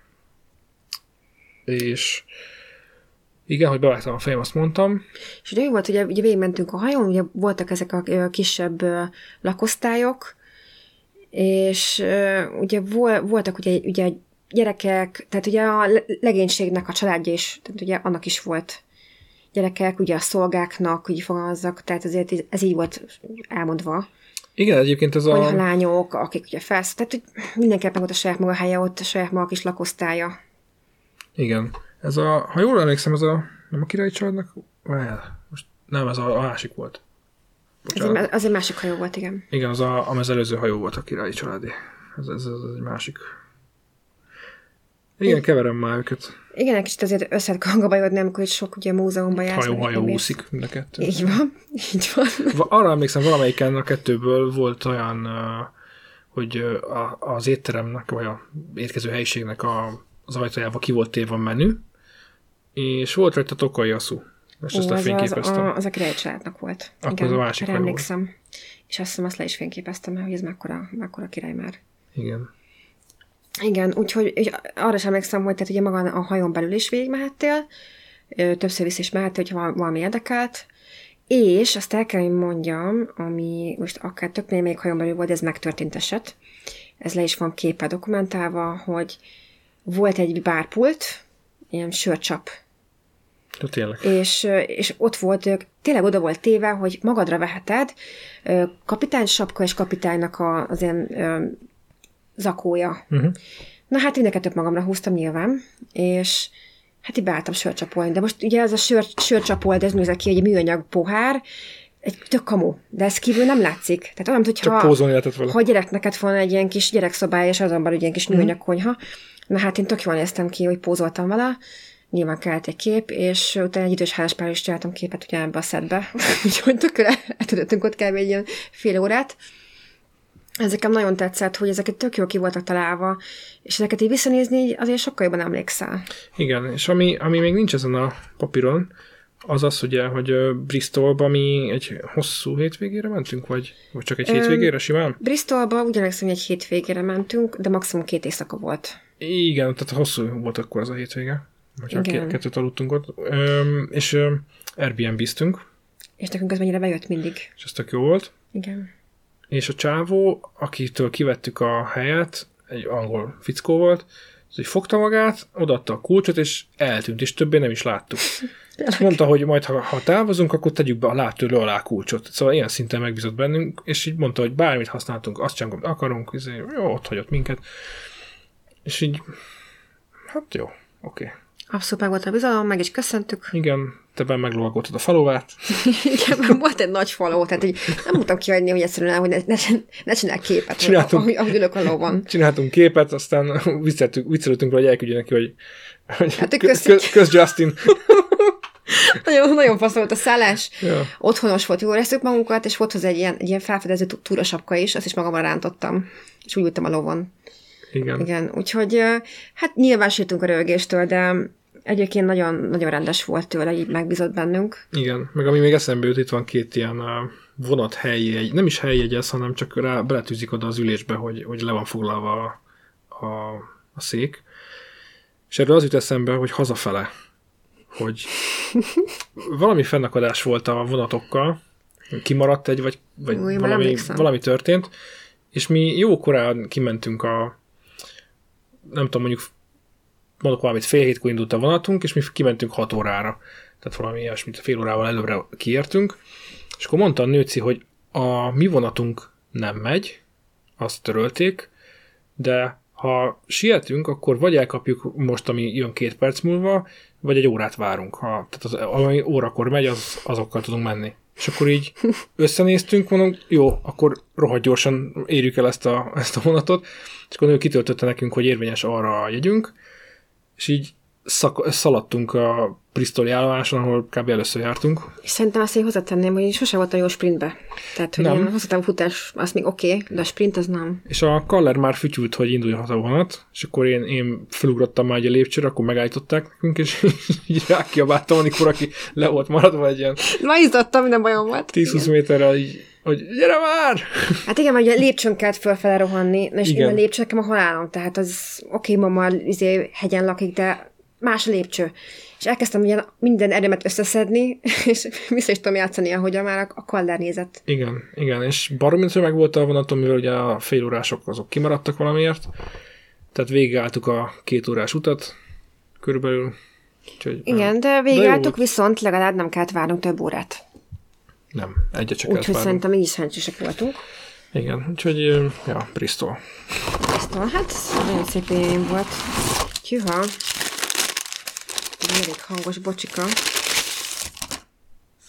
És igen, hogy bevágtam a fejem, azt mondtam. És ugye volt, ugye, ugye végigmentünk a hajón, ugye voltak ezek a kisebb lakosztályok, és uh, ugye voltak ugye, ugye gyerekek, tehát ugye a legénységnek a családja is, tehát ugye annak is volt gyerekek, ugye a szolgáknak, úgy fogalmazzak, tehát azért ez így volt elmondva. Igen, egyébként ez a... Hogy a lányok, akik ugye felsz, tehát hogy mindenképpen volt a saját maga helye, ott a saját maga kis lakosztálya. Igen. Ez a, ha jól emlékszem, ez a Nem a királyi családnak? Well, most nem, ez a, a másik volt. Az egy, az egy másik hajó volt, igen. Igen, az, a, az előző hajó volt a királyi családé. Ez, ez, ez, ez egy másik. Igen, keverem már őket. Igen, egy kicsit azért össze kell hangabajodni, amikor itt sok ugye múzeumban jársz. Hajó-hajó úszik mind a kettő. Így van, így van. Arra emlékszem, valamelyiken a kettőből volt olyan, hogy az étteremnek, vagy a étkező helyiségnek a, az ajtajába ki volt téve a menü, és volt rajta Tokai Yasu. És Ó, ezt a fényképeztem. Az a, az a királyi családnak volt. Akkor igen, az a másik hajó emlékszem. Volt. És azt hiszem, azt le is fényképeztem, mert hogy ez mekkora, mekkora király már. Igen. Igen, úgyhogy arra sem emlékszem, hogy tehát ugye maga a hajón belül is végigmehettél, többször vissza is mehettél, hogyha valami érdekelt, és azt el kell, hogy mondjam, ami most akár többnél még hajón belül volt, ez megtörtént eset. Ez le is van képpel dokumentálva, hogy volt egy bárpult, ilyen sörcsap. De tényleg. És, és ott volt, tényleg oda volt téve, hogy magadra veheted, kapitány sapka és kapitánynak a, az ilyen zakója. Uh-huh. Na hát én több magamra húztam nyilván, és hát így beálltam sörcsapolni. De most ugye ez a sör, sörcsapol, de ez nézett ki, egy műanyag pohár, egy tök kamu, de ez kívül nem látszik. Tehát olyan, hogyha ha gyereknek volna egy ilyen kis gyerekszobály, és azonban egy ilyen kis uh-huh. műanyag konyha. Na hát én tök jól néztem ki, hogy pózoltam vele, nyilván kellett egy kép, és utána egy idős házaspárral is csináltam képet ugye ebbe a szedbe. Úgyhogy tökre eltudottunk ott kb. Egy ilyen fél órát. Ezeken nagyon tetszett, hogy ezeket tök jól ki voltak találva, és ezeket így visszanézni, azért sokkal jobban emlékszel. Igen, és ami, ami még nincs ezen a papíron, az az, ugye, hogy Bristolba mi egy hosszú hétvégére mentünk, vagy, vagy csak egy um, hétvégére simán? Bristolba ugyanemlékszem, hogy egy hétvégére mentünk, de maximum két éjszaka volt. Igen, tehát hosszú volt akkor az a hétvége. Vagy két, kettőt aludtunk ott. Um, és um, Airbnb-ztünk. És nekünk ez mennyire bejött mindig. És ez tök jó volt. Igen. És a csávó, akitől kivettük a helyet, egy angol fickó volt, az így fogta magát, odaadta a kulcsot, és eltűnt, és többé nem is láttuk. Mondta, hogy majd ha, ha távozunk, akkor tegyük be a láttörlő alá a kulcsot. Szóval ilyen szinten megbízott bennünk, és így mondta, hogy bármit használtunk, azt sem akarunk, ezért, jó, ott hagyott minket. És így, hát jó, oké. Okay. Abszolút meg volt a bizalom, meg is köszöntük. Igen, te benn meglovagoltad a falovát. Igen, volt egy nagy faló, tehát így nem tudtam kihagyni, hogy egyszerűen, hogy ne, ne, ne csinálj képet, ahogy, ahogy ülök a lóban. Csináltunk képet, aztán viccelődtünk rá, hogy elküldjön neki, hogy, hogy hát köz, köz, köz Justin. nagyon, nagyon fasz volt a szállás. Ja. Otthonos volt, jól éreztük magunkat, és volt hozzá egy ilyen, egy ilyen felfedező túrasapka is, azt is magamra rántottam, és úgy ültem a lóvon. Igen. Igen, úgyhogy hát nyilván sírtunk a röhögéstől, de egyébként nagyon, nagyon rendes volt tőle, így megbízott bennünk. Igen, meg ami még eszembe jut, itt van két ilyen vonat helyi, nem is helyi hanem csak rá beletűzik oda az ülésbe, hogy, hogy le van foglalva a, a, a szék. És erről az jut eszembe, hogy hazafele, hogy valami fennakadás volt a vonatokkal, kimaradt egy, vagy, vagy Új, valami, valami történt, és mi jó korán kimentünk a nem tudom, mondjuk mondok valamit, fél hétkor indult a vonatunk, és mi kimentünk hat órára. Tehát valami ilyesmit, fél órával előbbre kiértünk, és akkor mondta a nőci, hogy a mi vonatunk nem megy, azt törölték, de ha sietünk, akkor vagy elkapjuk most, ami jön két perc múlva, vagy egy órát várunk. Ha, tehát az, ami órakor megy, az, azokkal tudunk menni. És akkor így összenéztünk, mondom, jó, akkor rohadt gyorsan érjük el ezt a, ezt a vonatot, és akkor ő kitöltötte nekünk, hogy érvényes arra a jegyünk, és így szak, szaladtunk a Bristoli állomáson, ahol kb. Először jártunk. És szerintem azt én hozzátenném, hogy sose voltam jó sprintbe. Tehát, hogy ilyen hosszú futás, az még oké, okay, de a sprint az nem. És a Kaller már fütyült, hogy induljon a vonat, és akkor én, én felugrottam már egy a lépcsőre, akkor megállították nekünk, és így rákiabáltam, amikor aki le volt maradva egy ilyen... Már izzadtam, minden bajom volt. tíz-húsz méterrel így, hogy gyere már! Hát igen, mert ugye lépcsőn kellett fölfele rohanni, és én a lépcső nekem a halálom, tehát az oké, okay, mama izé, hegyen lakik, de más a lépcső. És elkezdtem ugye minden erőmet összeszedni, és vissza is tudom játszani, ahogy már a Kaller nézett. Igen, igen, és baromi meg volt a vonaton, mivel ugye a félórások azok kimaradtak valamiért, tehát végigálltuk a két órás utat, körülbelül. Úgyhogy, igen, de végigálltuk, viszont legalább nem kellett várnunk több órát. Nem, egyet csak kellett úgyhogy szerintem így is szerencsések voltunk. Igen, úgyhogy, ja, Bristol. Bristol, hát nagyon szép élmény volt. Hűha. Elég hangos bocsika.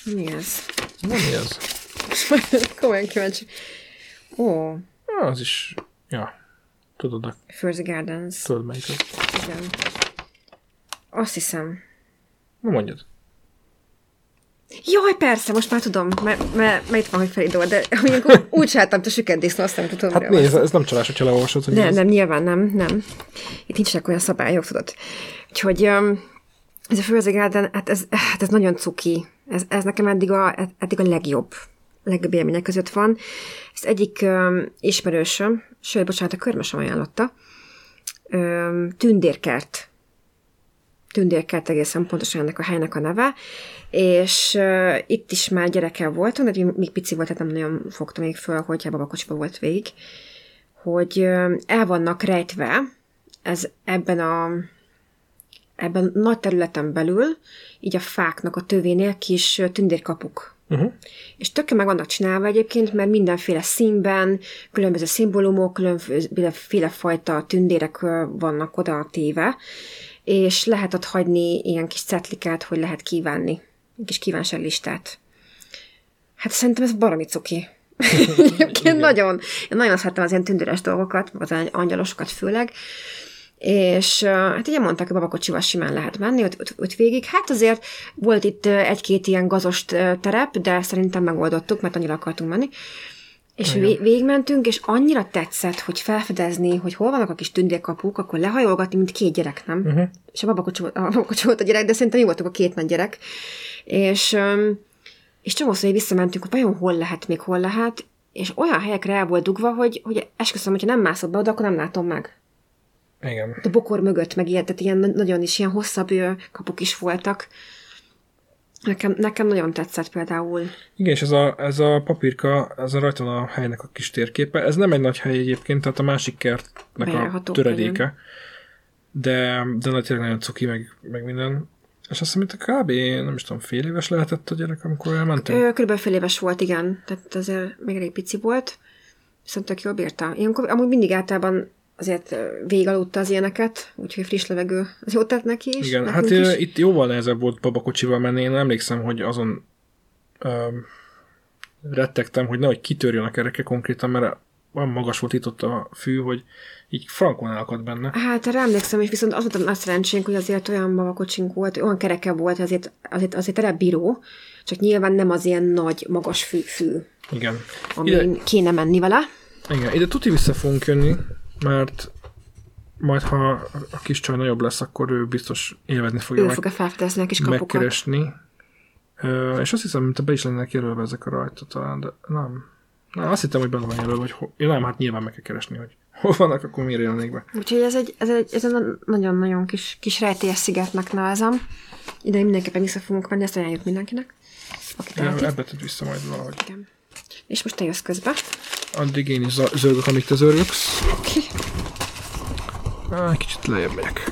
Mi ez? Na, mi ez? Komolyan kíváncsi. Ó. Az is, ja, tudod a... Furzy Gardens. Tudod melyik az. Igen. Azt hiszem. Na mondjad. Jaj, persze, most már tudom, mert, mert, mert itt van, hogy felidol, de amikor úgy sáltam, te sükedésznó, azt nem tudom. Hát nézd, ez nem csalás, hogyha leolvasod, hogy Nem, ez... nem, nyilván nem, nem. Itt nincsenek olyan szabályok, tudod. Úgyhogy um, ez a Furzy Garden, hát ez, hát ez nagyon cuki. Ez, ez nekem eddig a, eddig a legjobb, legjobb élmények között van. Ez egyik um, ismerősöm, sőt, bocsánat, a körmösöm ajánlotta, um, tündérkert. Tündérkert egészen pontosan ennek a helynek a neve, és uh, itt is már gyerekkel voltam, de még pici volt, tehát nem nagyon fogta még föl, hogyha babakocsiba volt végig, hogy uh, el vannak rejtve ez ebben a ebben a nagy területen belül, így a fáknak a tövénél kis tündérkapuk. Uh-huh. És tökre meg vannak csinálva egyébként, mert mindenféle színben, különböző szimbólumok, különböző fajta tündérek vannak oda téve, és lehet ott hagyni ilyen kis cetlikát, hogy lehet kívánni, egy kis kívánságlistát. Hát szerintem ez baromi cuki. Egyébként nagyon, én nagyon szeretem az ilyen tündéres dolgokat, az angyalosokat főleg, és hát ugye mondták, hogy babakocsival simán lehet menni, ott, ott, ott végig. Hát azért volt itt egy-két ilyen gazos terep, de szerintem megoldottuk, mert annyira akartunk menni. És vé- végigmentünk, és annyira tetszett, hogy felfedezni, hogy hol vannak a kis tündérkapuk, akkor lehajolgatni, mint két gyerek, nem? Uh-huh. És a babakocsi, a babakocsi volt a gyerek, de szerintem mi voltunk a két nagy gyerek. És, és csomószor visszamentünk, hogy vajon hol lehet, még hol lehet, és olyan helyekre el volt dugva, hogy, hogy esküszöm, hogyha nem mászod be oda, akkor nem látom meg. Igen. A bokor mögött meg ilyen, tehát ilyen nagyon is ilyen hosszabb kapuk is voltak. Nekem, nekem nagyon tetszett például. Igen, és ez a, ez a papírka, ez a rajta a helynek a kis térképe, ez nem egy nagy hely egyébként, tehát a másik kertnek a töredéke. Legyen. De, de nagy tényleg nagyon cuki, meg, meg minden. És azt hiszem, hogy kb. Nem is tudom, fél éves lehetett a gyerek, amikor elmentünk? Körülbelül fél éves volt, igen. Tehát azért még elég pici volt. Viszont tök jól bírta. Én amúgy mindig általában azért végigaludta az ilyeneket, úgyhogy friss levegő az jót tett neki is. Igen, hát is. Itt jóval nehezebb volt babakocsival menni. Én emlékszem, hogy azon um, rettegtem, hogy nehogy kitörjön a kereke konkrétan, mert olyan magas volt itt ott a fű, hogy így frankon elakadt benne. Hát erre emlékszem, és viszont az volt a szerencsénk, hogy azért olyan babakocsink volt, olyan kereke volt, azért, azért, azért erre bíró, csak nyilván nem az ilyen nagy, magas fű, fű igen. Amin ide, kéne menni vele. Igen, ide tuti vissza fogunk jönni, mert majd, ha a kis csaj nagyobb lesz, akkor ő biztos élvezni fogja ő meg, fog felfedezni a kis kapukat. megkeresni. Ö, és azt hiszem, mint be is lennének jelölve ezek a rajta talán, de nem. nem azt hittem, hogy benne van jelölve, hogy ho... ja, nem, hát nyilván meg kell keresni, hogy hol vannak, akkor miért jönnék be. Úgyhogy ez egy, ez egy, ez egy nagyon-nagyon kis, kis rejtélyes szigetnek nevezem. Ide mindenképpen vissza fogunk menni, ezt ajánljuk mindenkinek. Ja, ebbe tud vissza majd valahogy. Igen. És most te jössz közbe. Addig én is zörgök, amíg te zörgöksz. Oké. Okay. Egy kicsit lejjebb megyek.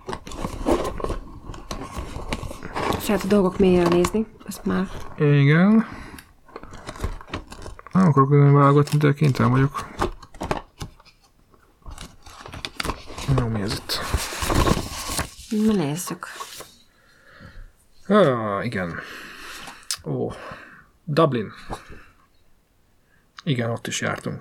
Szeret a dolgok mélyre nézni, azt már. Igen. Nem akarok olyan válogatni, de kénytelen vagyok. Jó, mi ez itt? Na nézzük. Ah, igen. Ó, Dublin. Igen, ott is jártunk.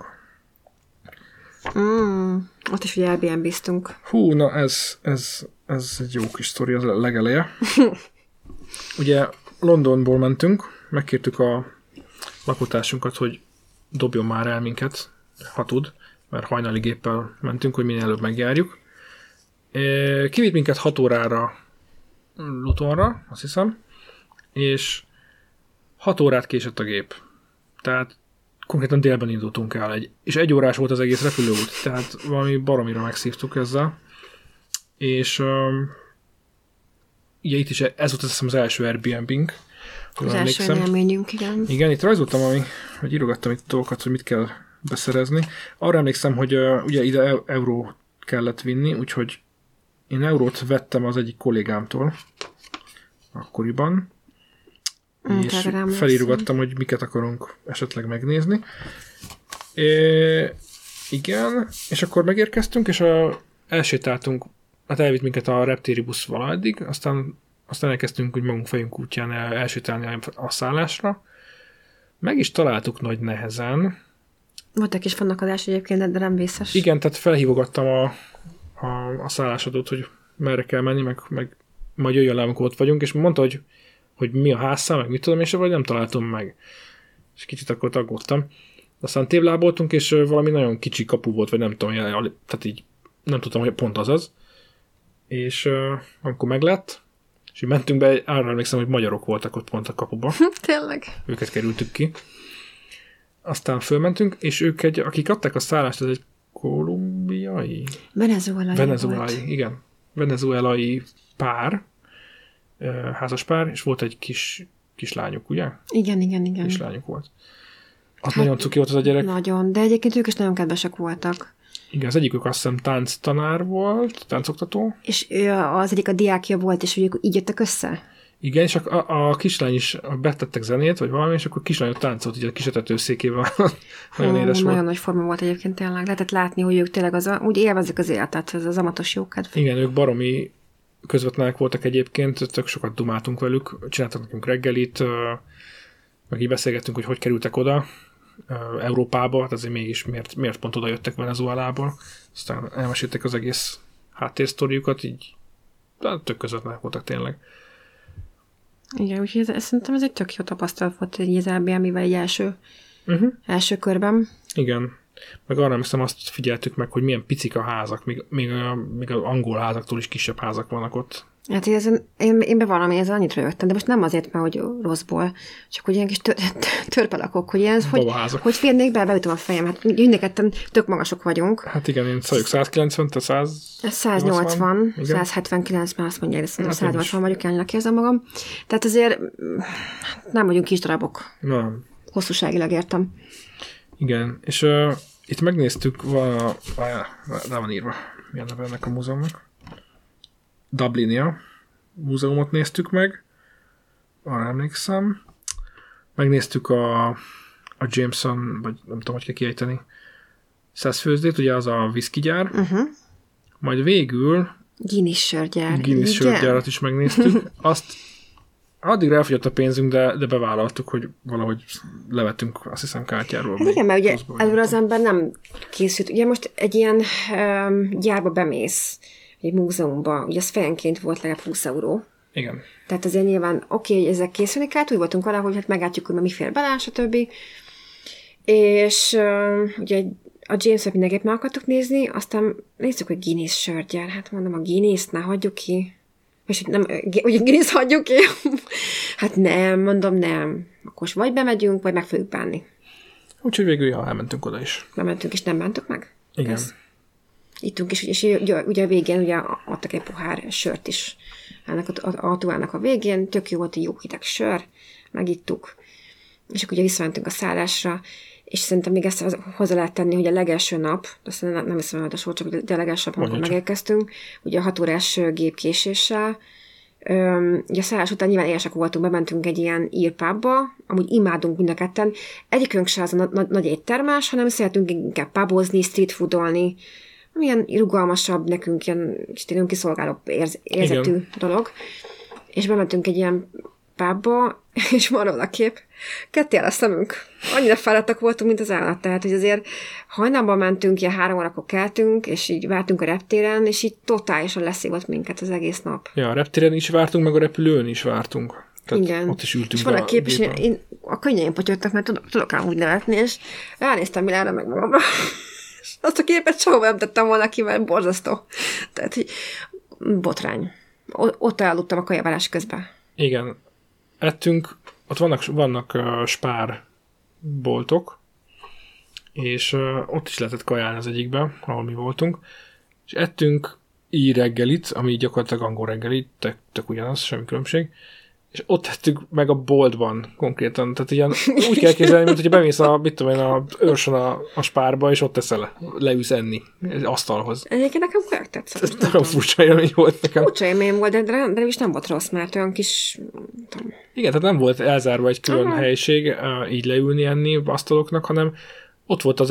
Mm, ott is ugye Airbnb-ztunk. Hú, na ez, ez, ez egy jó kis sztori, az a legeleje. Ugye Londonból mentünk, megkértük a lakótársunkat, hogy dobjon már el minket, ha tud, mert hajnali géppel mentünk, hogy minél előbb megjárjuk. Kivitt minket hat órára Lutonra, azt hiszem, és hat órát késett a gép. Tehát konkrétan délben indultunk el, egy, és egy órás volt az egész repülőút, tehát valami baromira megszívtuk ezzel. És um, ugye itt is ez volt az, az első Airbnb-nk. Az első élményünk, igen. Igen, itt rajzoltam, ami, hogy írogattam itt dolgokat, hogy mit kell beszerezni. Arra emlékszem, hogy uh, ugye ide euró kellett vinni, úgyhogy én eurót vettem az egyik kollégámtól akkoriban, mm, és felírogattam, hogy miket akarunk esetleg megnézni. É, igen, és akkor megérkeztünk, és a, elsétáltunk, hát elvitt minket a reptéri busz valaeddig, aztán aztán elkezdtünk úgy magunk fejünk útján el, elsétálni a szállásra. Meg is találtuk nagy nehezen. Volt egy kis fennakadás egyébként, de nem vészes. Igen, tehát felhívogattam a, a, a szállásadót, hogy merre kell menni, meg, meg majd jöjjön le, amikor ott vagyunk, és mondta, hogy, hogy mi a házszám, meg mit tudom, és vagy nem találtam meg. És kicsit akkor aggódtam. Aztán tévláboltunk, és valami nagyon kicsi kapu volt, vagy nem tudom, tehát így nem tudtam, hogy pont az az. És uh, amikor meglett, és így mentünk be, arra emlékszem, hogy magyarok voltak ott pont a kapuban. Tényleg. Őket kerültük ki. Aztán fölmentünk, és ők, egy, akik adták a szállást, ez egy kolumbiai? Venezuelai Venezuelai, volt. Igen. Venezuelai pár, házas pár, és volt egy kis kislányuk, ugye? Igen, igen, igen. Kislányuk volt. Az hát, nagyon cuki volt az a gyerek. Nagyon, de egyébként ők is nagyon kedvesek voltak. Igen, az egyikük azt hiszem tánctanár volt, táncoktató. És ő az egyik a diákja volt, és ők így jöttek össze? Igen, és a, a kislány is betettek zenét, vagy valami, és akkor a kislány táncolt így a kis etetőszékével. Nagyon Hú, édes volt. Nagyon nagy forma volt egyébként tényleg. Lehetett látni, hogy ők tényleg az a, úgy élvezik az életet, ez az amatos jókedv. Igen, ők baromi közvetlenek voltak egyébként, tök sokat dumáltunk velük, csináltak nekünk reggelit, meg így beszélgettünk, hogy hogy kerültek oda Európába, hát azért mégis miért, miért pont oda jöttek Venezuelából. Aztán elmeséltek az egész háttérsztoriukat, így tök közvetlenek voltak tényleg. Igen, úgyhogy ez, ez, szerintem ez egy tök jó tapasztalat volt egy az á bé em-ivel egy első, uh-huh. első körben. Igen. Meg arra hiszem azt figyeltük meg, hogy milyen picik a házak, még, még, a, még az angol házaktól is kisebb házak vannak ott. Hát ezen, én, én bevallom, én ezzel annyit rögtem, de most nem azért, mert hogy rosszból, csak hogy ilyen kis tör, törpelakok, hogy ilyen, hogy, hogy férnék be, beütöm a fejem. Hát mindenketten tök magasok vagyunk. Hát igen, én szajok százkilencven, te száz száznyolcvan, százhetvenkilenc, már azt mondják, de szerintem hát száznyolcvan vagyok, elnyinak érzem magam. Tehát azért nem vagyunk kis darabok. Nem. Hosszúságilag értem. Igen, és uh, itt megnéztük, van, rá van írva, milyen neve ennek a múzeumnak. Dublinia múzeumot néztük meg, arra emlékszem. Megnéztük a, a Jameson, vagy nem tudom, hogy kell kiejteni, százfőzdét, ugye az a whisky gyár. Uh-huh. Majd végül Guinness sörgyár. Guinness sörgyárat is megnéztük. Azt addig elfogyott a pénzünk, de, de bevállaltuk, hogy valahogy levettünk, azt hiszem, kártyáról. Hát igen, mert ugye előre az ember nem készült. Ugye most egy ilyen um, gyárba bemész, egy múzeumban, ugye az fejenként volt legalább húsz euró. Igen. Tehát azért nyilván oké, okay, hogy ezek készülni kell, úgy voltunk vele, hogy hát meglátjuk, hogy mi fér bele, stb. És uh, ugye a James-et mindenképp meg akartuk nézni, aztán nézzük, hogy Guinness sörgyár. Hát mondom, a Guinness-t ne hagyjuk ki. És hogy nem, ugye Guinness hagyjuk ki? Hát nem, mondom, nem. Akkor vagy bemegyünk, vagy meg fogjuk bánni. Úgyhogy végül ja, elmentünk oda is. Bementünk, és nem bántuk meg? Igen. Ez. Ittunk is, és ugye, ugye a végén ugye adtak egy pohár sört is ennek a túrának a végén, tök jó volt, egy jó hideg sör, megittuk, és akkor ugye visszamentünk a szállásra, és szerintem még ezt hozzá lehet tenni, hogy a legelső nap, azt nem, nem hiszem, hogy a sor, csak de a legelső nap, amikor megérkeztünk, ugye a hat órás gépkéséssel, Öm, ugye a szállás után nyilván éhesek voltunk, bementünk egy ilyen írpábba, amúgy imádunk mind a ketten, egyikünk se az a nagy, nagy éttermás, hanem szeretünk inkább pubozni, street foodolni, milyen rugalmasabb, nekünk ilyen kicsit kiszolgáló érz, érzetű Igen. dolog. És bementünk egy ilyen pubba, és van oda kép, ketté áll a szemünk. Annyira fáradtak voltunk, mint az állat. Tehát, hogy azért hajnalban mentünk, ilyen három órakor keltünk, és így vártunk a reptéren, és így totálisan leszívott minket az egész nap. Ja, a reptéren is vártunk, meg a repülőn is vártunk. Tehát Igen. Ott is ültünk. És van a kép, és én, én a könnyeim potyogtak, mert tudok, tudok ám úgy nevetni, és ránéztem Milára meg magamra. Azt a képet sehova nem tettem volna ki, mert borzasztó. Tehát, hogy botrány. O- ott elaludtam a kajavárás közben. Igen. Ettünk, ott vannak, vannak uh, spár boltok, és uh, ott is lehetett kajálni az egyikben, ahol mi voltunk, és ettünk így reggelit, ami gyakorlatilag angol reggelit, tök, tök ugyanaz, semmi különbség, és ott tettük meg a boltban konkrétan. Tehát ilyen úgy kell képzelni, mint hogy bemész a, mit tudom én, a őrsön a, a spárba, és ott teszel le, leülsz enni asztalhoz. Egyébként nekem kajak tetszett. Ez nagyon furcsa élmény volt nekem. Furcsa élmény volt, de, de, de is nem volt rossz, mert olyan kis... Tudom. Igen, tehát nem volt elzárva egy külön Aha. helység, így leülni, enni asztaloknak, hanem ott volt az egyik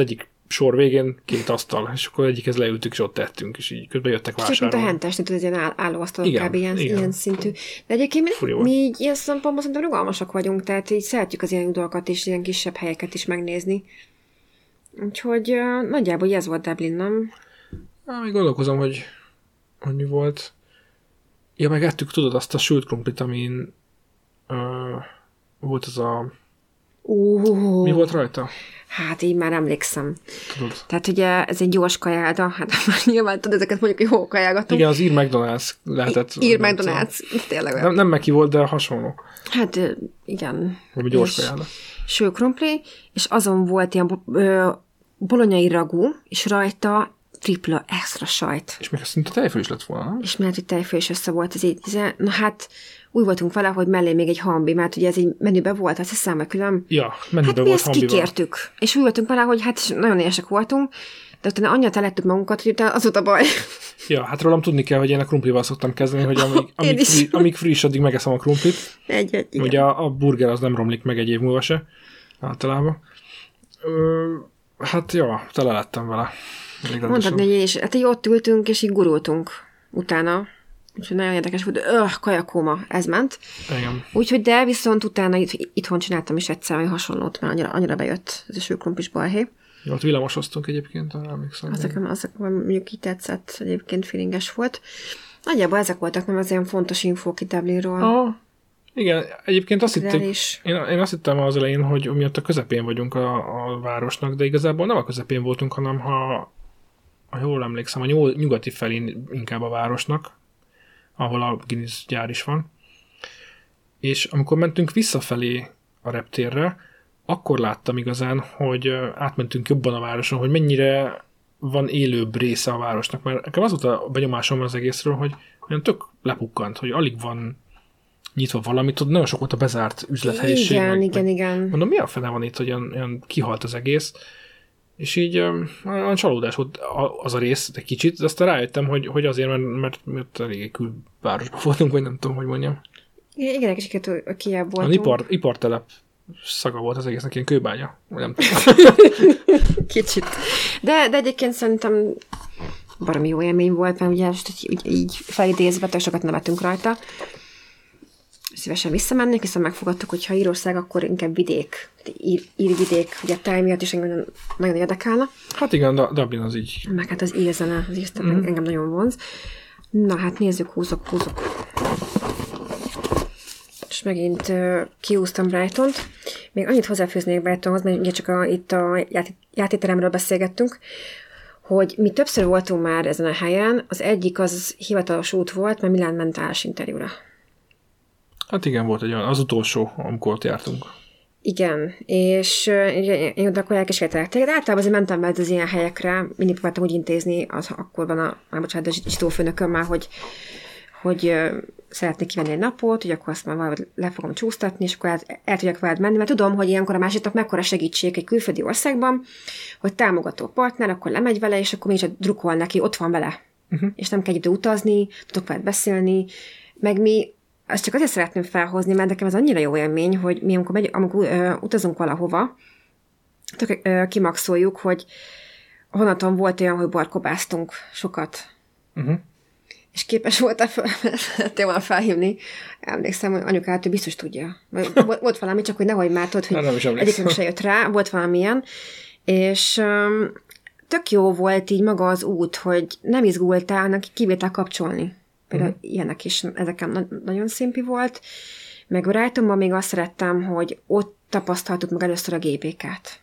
sor végén két asztal, és akkor egyikhez leültük, és ott tettünk, és így közben jöttek vásárolni. Csak mint a hentes, tudod, ez ilyen áll, állóasztalok kb. Ilyen, ilyen szintű. De egyébként mi, mi így ilyen szempontból szerintem rugalmasak vagyunk, tehát így szeretjük az ilyen udolkat és ilyen kisebb helyeket is megnézni. Úgyhogy uh, nagyjából ez volt Dublin, nem? Na, még gondolkozom, hogy, hogy mi volt. Ja, meg ettük, tudod, azt a sült krumplit, amin uh, volt az a... Uh, mi volt rajta? Hát így már emlékszem. Tudod. Tehát ugye ez egy gyors kajáda, hát már nyilván tudod, ezeket mondjuk jó kajálgatunk. Igen, az ír McDonald's lehetett. I- ír McDonald's, tényleg olyan. Nem, nem Meki volt, de hasonló. Hát igen. Vagy gyors kajáda. Sült krumpli, és azon volt ilyen ö, bolonyai ragú, és rajta tripla extra sajt. És még azt szinte tejföl is lett volna, nem? És mert, hogy tejföl is össze volt ez így. Na hát úgy voltunk vele, hogy mellé még egy hambi, mert ugye ez egy menübe volt, azt hiszem, hogy külön. Ja, menübe hát volt mi hambival. ezt kikértük. És úgy voltunk vele, hogy hát nagyon érsek voltunk, de utána annyira telettük magunkat, hogy utána az volt a baj. Ja, hát rólam tudni kell, hogy én a krumplival szoktam kezdeni, hogy amíg, amíg, fri, amíg friss, addig megeszem a krumplit. Egy, egy, igen. Ugye a, a burger az nem romlik meg egy év múlva se, általában. Ö, hát ja, tele lettem vele. Mondtad, hogy és hát így ott ültünk, és így gurultunk utána. Úgyhogy nagyon érdekes volt, öh, kajakóma, ez ment. Igen. Úgyhogy de viszont utána itt, itthon csináltam is egyszer, hogy hasonlót, mert annyira, annyira bejött ez a sülkrumplis balhé. Ja, ott villamosoztunk egyébként, emlékszem. Azok, azok mondjuk így tetszett, egyébként feelinges volt. Nagyjából ezek voltak, nem az ilyen fontos infók itt Dublinról. Ah, igen, egyébként azt hittem, én, is. én azt hittem az elején, hogy miatt a közepén vagyunk a, a városnak, de igazából nem a közepén voltunk, hanem ha, ha jól emlékszem, a nyugati felén inkább a városnak, ahol a Guinness gyár is van. És amikor mentünk visszafelé a reptérre, akkor láttam igazán, hogy átmentünk jobban a városon, hogy mennyire van élőbb része a városnak, mert nekem az volt a benyomásom az egészről, hogy olyan tök lepukkant, hogy alig van nyitva valamit, tudod, nagyon sok volt a bezárt üzlethelyiség. Igen, meg, igen, meg, igen. Mondom, mi a fene van itt, hogy olyan, olyan kihalt az egész, és így olyan csalódás volt az a rész egy kicsit, de aztán rájöttem, hogy, hogy azért, mert, mert, mert eléggé külvárosban voltunk, vagy nem tudom, hogy mondjam. Igen, egy kicsit kijebb voltunk. Az ipar, ipartelep szaga volt az egésznek, ilyen kőbánya. Nem tudom. Kicsit. De, de egyébként szerintem baromi jó élmény volt, mert ugye így, így felidézve, tök sokat nevetünk rajta. Szívesen visszamennék, hiszen megfogadtuk, hogy ha Írország, akkor inkább vidék. Ír, írvidék, ugye a táj miatt is engem nagyon érdekelne. Hát igen, Dublin az így. Meg hát az írzene, az írzene mm. engem nagyon vonz. Na hát nézzük, húzok, húzok. És megint uh, kiúztam Brightont. Még annyit hozzáfűznék Brightonhoz, mert ugye csak a, itt a játék, játékteremről beszélgettünk, hogy mi többször voltunk már ezen a helyen. Az egyik az hivatalos út volt, mert Milán ment állásinterjúra. Hát igen, volt egy olyan, az utolsó, amikor ott jártunk. Igen, és uh, én oda akkor elkísértelek téged. Általában azért mentem be az ilyen helyekre, mindig próbáltam úgy intézni, az akkor van a, már bocsánat, a zsitófőnökömmel, hogy hogy uh, szeretnék kivenni egy napot, hogy akkor azt már valahogy le fogom csúsztatni, és akkor el, el tudjak veled menni, mert tudom, hogy ilyenkor a másiknak mekkora segítség egy külföldi országban, hogy támogató partner, akkor lemegy vele, és akkor mégis drukkol neki, ott van vele. Uh-huh. És nem kell ide utazni, tudok veled beszélni, meg mi, ezt csak azért szeretném felhozni, mert nekem ez annyira jó élmény, hogy mi amikor, megy, amikor uh, utazunk valahova, tök, uh, kimaxoljuk, hogy a vonaton volt olyan, hogy barkobáztunk sokat. Uh-huh. És képes voltál fel, volna felhívni. Emlékszem, hogy anyukát, ő biztos tudja. Volt valami, csak hogy nehogy már tudod, hogy egyikünk se jött rá, volt valamilyen. És um, tök jó volt így maga az út, hogy nem izgultál, hanem kivétel kapcsolni. Például uh-huh. ilyenek is, ezeken na- nagyon szimpi volt. Meg Brightonban még azt szerettem, hogy ott tapasztaltuk meg először a gé bé ká-t.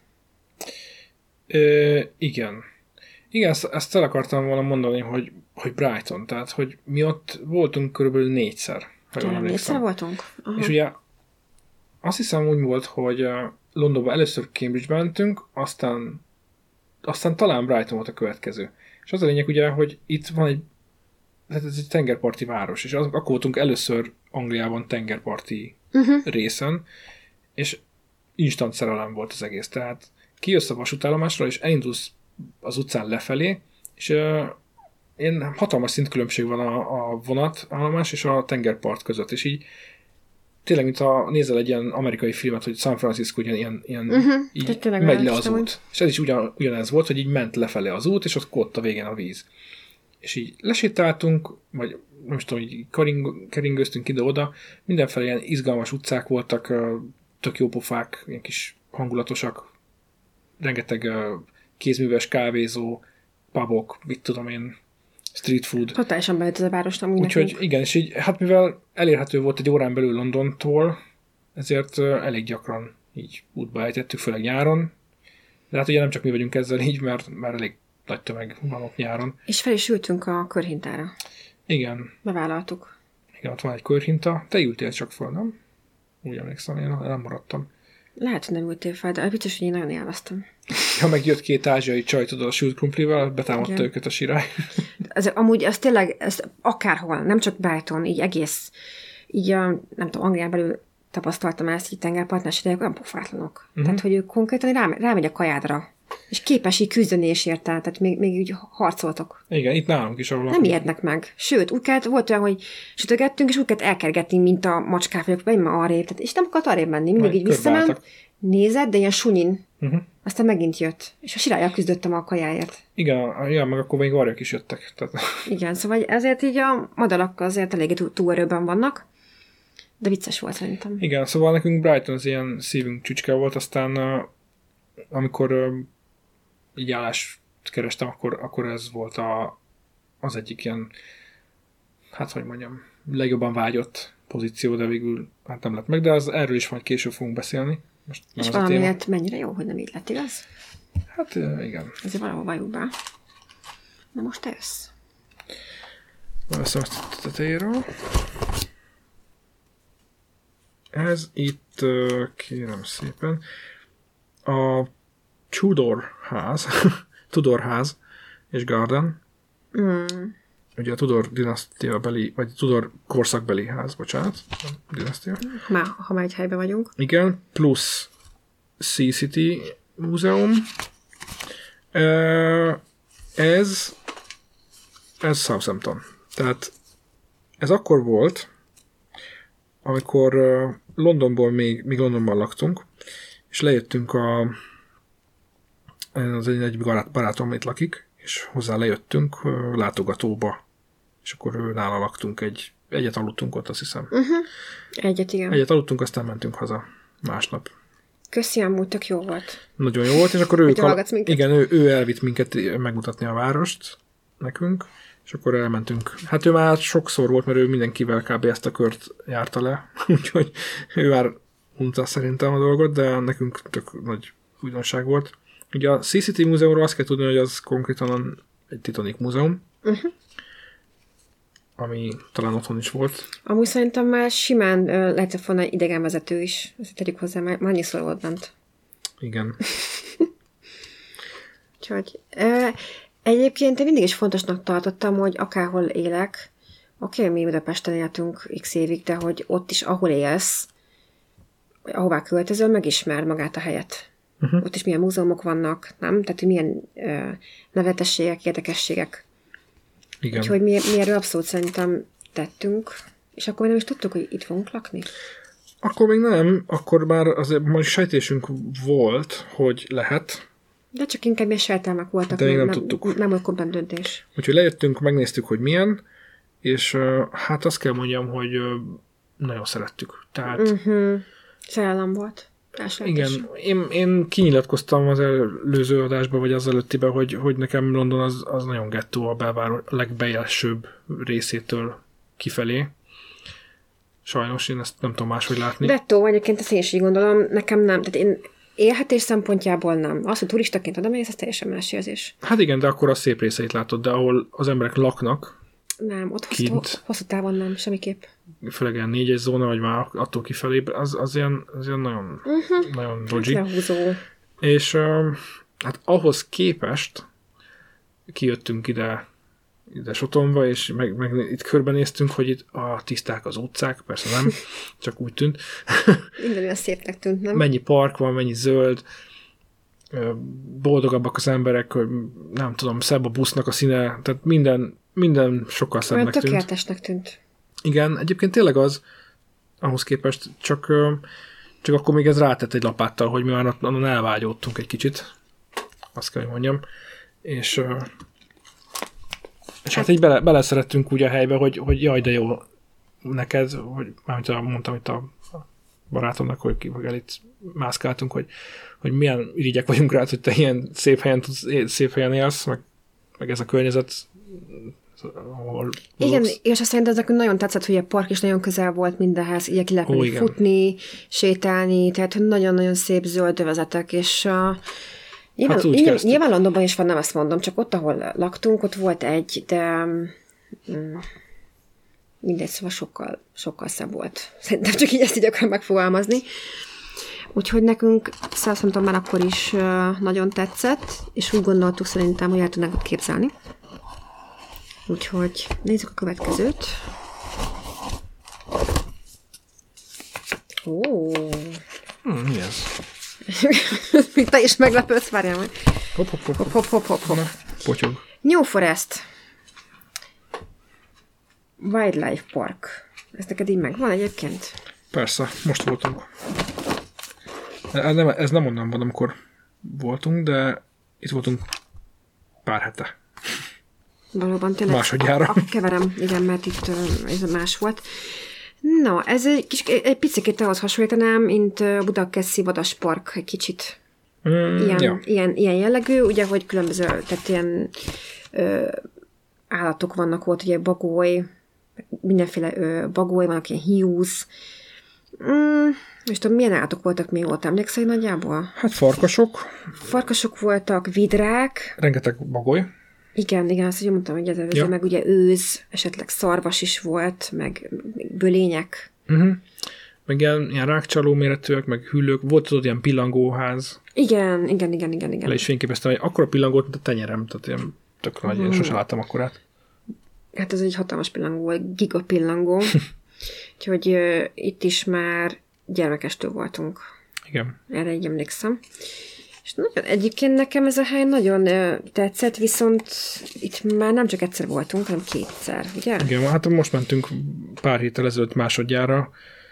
Ö, igen. Igen, ezt, ezt el akartam volna mondani, hogy, hogy Brighton, tehát, hogy mi ott voltunk körülbelül négyszer. Tényleg négyszer voltunk? Aha. És ugye azt hiszem úgy volt, hogy Londonban először Cambridge-be mentünk, aztán, aztán talán Brighton volt a következő. És az a lényeg ugye, hogy itt van egy, tehát ez egy tengerparti város, és az, akkor voltunk először Angliában tengerparti uh-huh. részen, és instant szerelem volt az egész. Tehát kijössz a vasútállomásra, és elindulsz az utcán lefelé, és uh, én hatalmas szintkülönbség van a, a vonatállomás és a tengerpart között, és így tényleg, mint ha nézel egy ilyen amerikai filmet, hogy San Francisco ilyen, ilyen, ilyen uh-huh. így megy le az út. Úgy. És ez is ugyan, ugyanez volt, hogy így ment lefele az út, és ott ott a végén a víz. És így lesétáltunk, vagy nem is tudom, így kering, keringőztünk ide-oda, mindenfelé ilyen izgalmas utcák voltak, tök jó pofák, ilyen kis hangulatosak, rengeteg kézműves kávézó, pubok, mit tudom én, street food. Totálisan bejött ez a város, nem úgy Úgyhogy nekünk. igen, és így, hát mivel elérhető volt egy órán belül Londontól, ezért elég gyakran így útba ejtettük, főleg nyáron. De hát ugye nem csak mi vagyunk ezzel így, mert már elég nagy tömeg van ott nyáron. És fel is ültünk a körhintára. Igen. Bevállaltuk. Igen, ott van egy körhinta. Te ültél csak fel, nem? Úgy emlékszem, én nem maradtam. Lehet, hogy nem ültél fel, de biztos, hogy én nagyon élveztem. Ja, meg jött két ázsiai csaj, tudod, a sült krumplival, betámadta Igen. őket a sirály. Ez, amúgy ez tényleg, ez akárhol, nem csak Brighton, így egész, így a, nem tudom, Anglián belül tapasztaltam ezt, így tengerpartnál sétálják, olyan pofátlanok. Uh-huh. Tehát, hogy ők konkrétan rámegy, rámegy a kajádra, és képes így küzdeni és érte, tehát még, még úgy harcoltok. Igen, itt nálunk is, ahol... Nem ijednek meg. Sőt, úgy kellett, volt olyan, hogy sütögettünk, és úgy kellett elkergetni, mint a macskák, vagyok, vagy ma arrébb, tehát, és nem akart arrébb menni, mindig így visszament, nézett, de ilyen sunyin. Uh-huh. Aztán megint jött, és a sirállyal küzdöttem a kajáért. Igen, ja, meg akkor még varjak is jöttek. Tehát... Igen, szóval ezért így a madarak azért eléggé túlerőben vannak, de vicces volt szerintem. Igen, szóval nekünk Brighton az ilyen szívünk csücske volt, aztán amikor így állást kerestem, akkor, akkor ez volt a, az egyik ilyen, hát hogy mondjam, legjobban vágyott pozíció, de végül hát nem lett meg, de az, erről is majd később fogunk beszélni. Most és valamiért mennyire jó, hogy nem így lett, igaz? Hát igen. Ezért valahol valljuk be. Na most te jössz. Veszem ezt a tetejéről. Ez itt, kérem szépen, a Tudor ház, Tudor ház és Garden. Mm. Ugye a Tudor dinasztia beli, vagy Tudor korszakbeli ház, bocsánat, dinasztia. Már, ha már egy helyben vagyunk. Igen, plusz Sea City Múzeum. Ez, ez Southampton. Tehát ez akkor volt, amikor Londonból még, még Londonban laktunk, és lejöttünk a az egy, egy barátom itt lakik, és hozzá lejöttünk látogatóba, és akkor ő nála laktunk, egy, egyet aludtunk ott, azt hiszem. Uh-huh. Egyet, igen. Egyet aludtunk, aztán mentünk haza másnap. Köszi, amúgy tök jó volt. Nagyon jó volt, és akkor ő, kal- igen, ő, ő elvitt minket megmutatni a várost nekünk, és akkor elmentünk. Hát ő már sokszor volt, mert ő mindenkivel kb. Ezt a kört járta le, úgyhogy ő már unta szerintem a dolgot, de nekünk tök nagy újdonság volt. Ugye a Sea City Múzeumról azt kell tudni, hogy az konkrétan egy Titanic múzeum, uh-huh. ami talán otthon is volt. Amúgy szerintem már simán uh, lehetett volna idegenvezető is. Ezt tegyük hozzá, már annyiszor volt bent. Igen. Úgyhogy uh, egyébként én mindig is fontosnak tartottam, hogy akárhol élek, oké, okay, mi Budapesten éltünk x évig, de hogy ott is, ahol élsz, ahová költözöl, megismer magát a helyet. Uh-huh. Ott is milyen múzeumok vannak, nem? Tehát, hogy milyen uh, nevetességek, érdekességek. Igen. Úgyhogy mi, mi erről abszolút szerintem tettünk, és akkor nem is tudtuk, hogy itt fogunk lakni. Akkor még nem, akkor már azért majd sejtésünk volt, hogy lehet. De csak inkább ilyen sejtelmek voltak. De még nem, nem tudtuk. Nem volt komplett döntés. Úgyhogy lejöttünk, megnéztük, hogy milyen, és uh, hát azt kell mondjam, hogy uh, nagyon szerettük. Tehát... Uh-huh. Szerelem volt. Igen, én, én kinyilatkoztam az előző adásban, vagy az előttiben, hogy, hogy nekem London az, az nagyon gettó a belváros legbejelsőbb részétől kifelé. Sajnos én ezt nem tudom máshogy látni. Gettó, egyébként ezt én is így gondolom, nekem nem. Tehát én élhetés szempontjából nem. Az, hogy turistaként oda mész, ez teljesen más érzés. Hát igen, de akkor a szép részeit látod, de ahol az emberek laknak, nem, ott hosszú, hosszú távon nem, semmiképp. Főleg ilyen négyes zóna, vagy már attól kifelé, az, az, ilyen, az ilyen nagyon, uh-huh. nagyon dodgy. Lehúzó. És uh, hát ahhoz képest kijöttünk ide, ide Sotonba, és meg, meg itt körbenéztünk, hogy itt a tiszták az utcák, persze nem, csak úgy tűnt. Minden olyan szépnek tűnt, nem? Mennyi park van, mennyi zöld, boldogabbak az emberek, hogy nem tudom, szebb a busznak a színe, tehát minden, minden sokkal szebbnek tűnt. Tökéletesnek tűnt. Igen, egyébként tényleg az, ahhoz képest, csak, csak akkor még ez rátett egy lapáttal, hogy mi már onnan elvágyódtunk egy kicsit. Azt kell, hogy mondjam. És, és hát így bele, beleszerettünk úgy a helybe, hogy, hogy jaj, de jó neked, hogy mármint mondtam itt a barátomnak, hogy, hogy el itt mászkáltunk, hogy, hogy milyen irigyek vagyunk rá, hogy te ilyen szép helyen, tudsz, szép helyen élsz, meg, meg ez a környezet, ahol igen, laksz. És azt szerintem ezek nagyon tetszett, hogy a park is nagyon közel volt mindenhez, így ki lehet menni futni, sétálni, tehát nagyon-nagyon szép zöld övezetek, és uh, nyilván, hát nyilván, nyilván Londonban is van, nem azt mondom, csak ott, ahol laktunk, ott volt egy, de mm, mindegy, szóval sokkal, sokkal szebb volt. Szerintem csak így ezt így akarom megfogalmazni. Úgyhogy nekünk Southampton már akkor is uh, nagyon tetszett, és úgy gondoltuk szerintem, hogy el tudnánk ott képzelni. Úgyhogy nézzük a következőt. Ó. Hmm, mi ez? Még te is meglepődsz, várjál majd. Hopp, hopp, hopp, hopp, hopp, hopp, hopp, hopp. Potyog. New Forest. Wildlife Park. Ez neked így megvan egyébként? Persze, most voltunk. Ez nem, ez nem onnan van, amikor voltunk, de itt voltunk pár hete. Valóban tényleg. Másodjára. A, a keverem, igen, mert itt ez más volt. Na, ez egy, kis, egy picit ahhoz hasonlítanám, mint Budakeszi Vadaspark egy kicsit. Mm, ilyen, ja. ilyen, ilyen jellegű, ugye, hogy különböző, tehát ilyen ö, állatok vannak ott, ugye bagoly, mindenféle ö, bagoly, vannak ilyen hiúz. Mm, és tudom, milyen állatok voltak még ott, emlékszel nagyjából? Hát farkasok. Farkasok voltak, vidrák. Rengeteg bagoly. Igen, igen, azt ugye mondtam, hogy ez, ez ja. meg ugye őz, esetleg szarvas is volt, meg bölények. Uh-huh. Meg ilyen, ilyen rákcsaló méretűek, meg hüllők. Volt ott ilyen pillangóház. Igen, igen, igen, igen, igen. Le is fényképeztem, hogy akkora pillangót, mint a tenyerem, tehát ilyen tök nagy, uh-huh. Én sosem láttam akkorát. Hát ez egy hatalmas pillangó volt, gigapillangó. Úgyhogy uh, itt is már gyermekestől voltunk. Igen. Erre így emlékszem. És nagyon, egyébként nekem ez a hely nagyon uh, tetszett, viszont itt már nem csak egyszer voltunk, hanem kétszer, ugye? Igen, hát most mentünk pár héttel ezelőtt másodjára.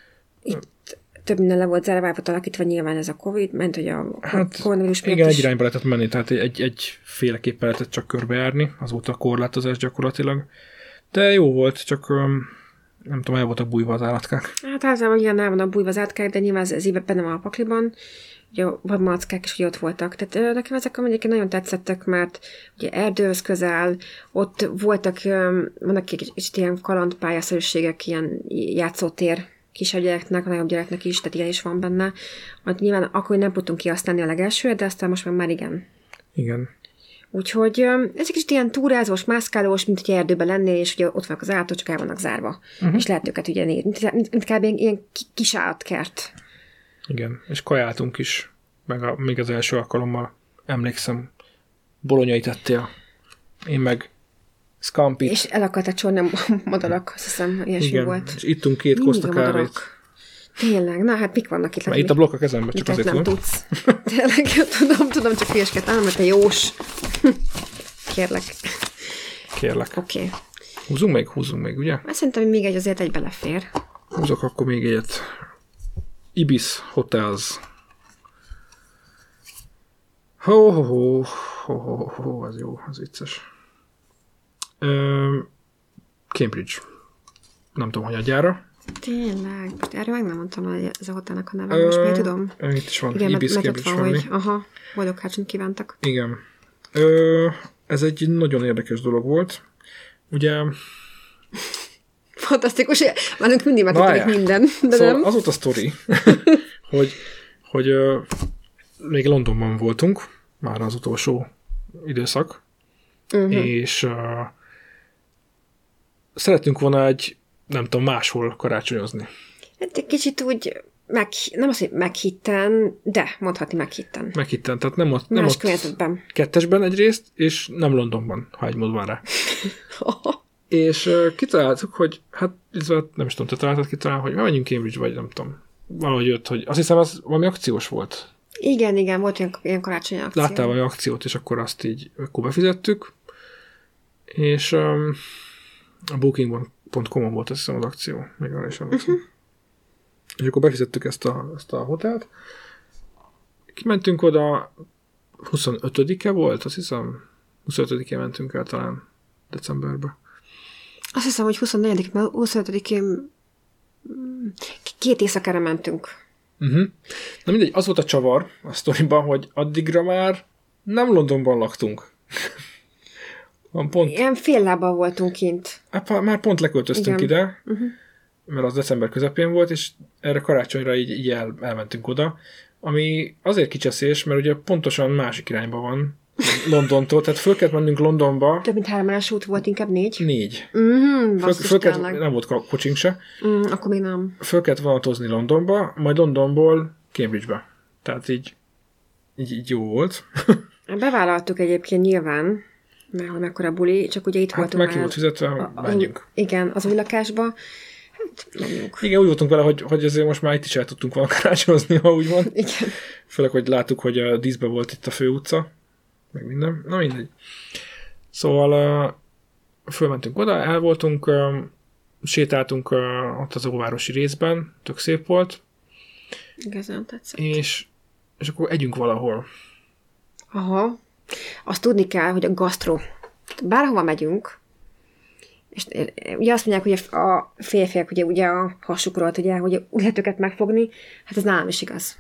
Itt több minden le volt zárva, volt alakítva, nyilván ez a Covid, ment, hogy a hát, koronavírus miatt igen, is. egy irányba lehetett menni, tehát egy, egy féleképpen lehetett csak körbejárni, az volt a korlátozás gyakorlatilag. De jó volt, csak um, nem tudom, el voltak bújva az állatkák. Hát általában ilyen el vannak bújva az állatkák, de nyilván ez, ez így benne van a pakliban. Ugye a vadmalackák is ugye ott voltak. Tehát nekem ezek egyébként nagyon tetszettek, mert ugye erdőhöz közel, ott voltak, vannak kicsit ilyen kalandpályaszerűségek, ilyen játszótér kisebb gyereknek, nagyobb gyereknek is, tehát ilyen is van benne. Majd nyilván akkor nem tudtunk kihasználni a legelsőt, de aztán most már már igen. Igen. Úgyhogy ez egy kicsit ilyen túrázós, mászkálós, mint hogy erdőben lennél, és ugye ott vannak az állatok, csak el vannak zárva. Uh-huh. És lehet őket ugye nézni, mint, mint, mint kb. Ilyen kis állatkert. Igen, és kajáltunk is, meg a, még az első alkalommal emlékszem, bolonyai tettél, én meg scampit. És el akartál csorni a madarak, azt hiszem, ilyesmi igen, volt. és ittunk két Costa kávét. Tényleg, na hát mik vannak itt? Már itt a blokk a kezemben, csak azért nem tudom. Tudsz. Tényleg, tudom, tudom, csak hülyeskedtem, mert te jós. Kérlek. Kérlek. Oké. Okay. Húzunk még? Húzunk még, ugye? Azt szerintem, hogy még egy azért egy belefér. Húzok akkor még egyet. Ibis Hotels. Ho, ho, ho, ho, ho, ho, ho, ez jó, ez vicces. Um, Cambridge. Nem tudom, hogy agyára. Tényleg, most erről meg nem mondtam, hogy ez a hotelnek a neve, most már tudom. Itt is van, igen, Ibis mert, Cambridge van, valami. hogy aha, boldog hácsont kívántak. Igen. Ö, ez egy nagyon érdekes dolog volt. Ugye... Fantasztikus, velünk mindig megtudjuk minden, de szóval nem. az volt a sztori, hogy, hogy ö, még Londonban voltunk, már az utolsó időszak, uh-huh. és ö, szerettünk volna egy, nem tudom, máshol karácsonyozni. Hát egy kicsit úgy, meg, nem azt, hogy meghitten, de mondhatni meghitten. Meghitten, tehát nem ott, nem Más ott környezetben. Kettesben egyrészt, és nem Londonban, ha egy mód van rá. És uh, kitaláltuk, hogy hát, nem is tudom, te találtad kitalálni, hogy menjünk Cambridge, vagy nem tudom. Valahogy jött, hogy azt hiszem, az valami akciós volt. Igen, igen, volt ilyen, ilyen karácsonyi akció. Láttál valami akciót, és akkor azt így akkor befizettük, és um, a booking pont com-on volt azt hiszem az akció, még arra is emlékszem. Uh-huh. És akkor befizettük ezt a, ezt a hotelt. Kimentünk oda, huszonötödike volt, azt hiszem, huszonötödikén mentünk el talán decemberbe. Azt hiszem, hogy huszonnegyedik, mert huszonötödikén két éjszakára mentünk. Uh-huh. Na mindegy, az volt a csavar a sztoriban, hogy addigra már nem Londonban laktunk. Pont, Ilyen fél lábbal voltunk kint. Hát, már pont leköltöztünk Igen. ide, uh-huh. mert az december közepén volt, és erre karácsonyra így, így el, elmentünk oda, ami azért kicseszés, mert ugye pontosan másik irányba van Londontól, tehát föl kellett mennünk Londonba. Több mint három órás út volt, inkább négy? Négy. Mm, föl, föl kellett, nem volt kocsink se. Mm, akkor még nem. Föl kellett vonatozni Londonba, majd Londonból Cambridgebe. Tehát így, így, így jó volt. Bevállaltuk egyébként nyilván, mert hogy mekkora buli, csak ugye itt hát voltunk. Hát meg volt fizetve, menjünk. Igen, az új lakásba. Hát, menjünk. Igen, úgy voltunk vele, hogy, hogy azért most már itt is el tudtunk volna karácsozni, ha úgy van. Igen. Főleg, hogy láttuk, hogy a díszbe volt itt a főutca, meg minden. Na mindegy. Szóval uh, fölmentünk oda, el voltunk, uh, sétáltunk uh, ott az óvárosi részben, tök szép volt. Igazán tetszett. És, és akkor együnk valahol. Aha. Azt tudni kell, hogy a gasztro, bárhova megyünk, és ugye azt mondják, hogy a férfiak ugye, ugye a hasukról, ugye, hogy lehet őket megfogni, hát ez nálam is igaz.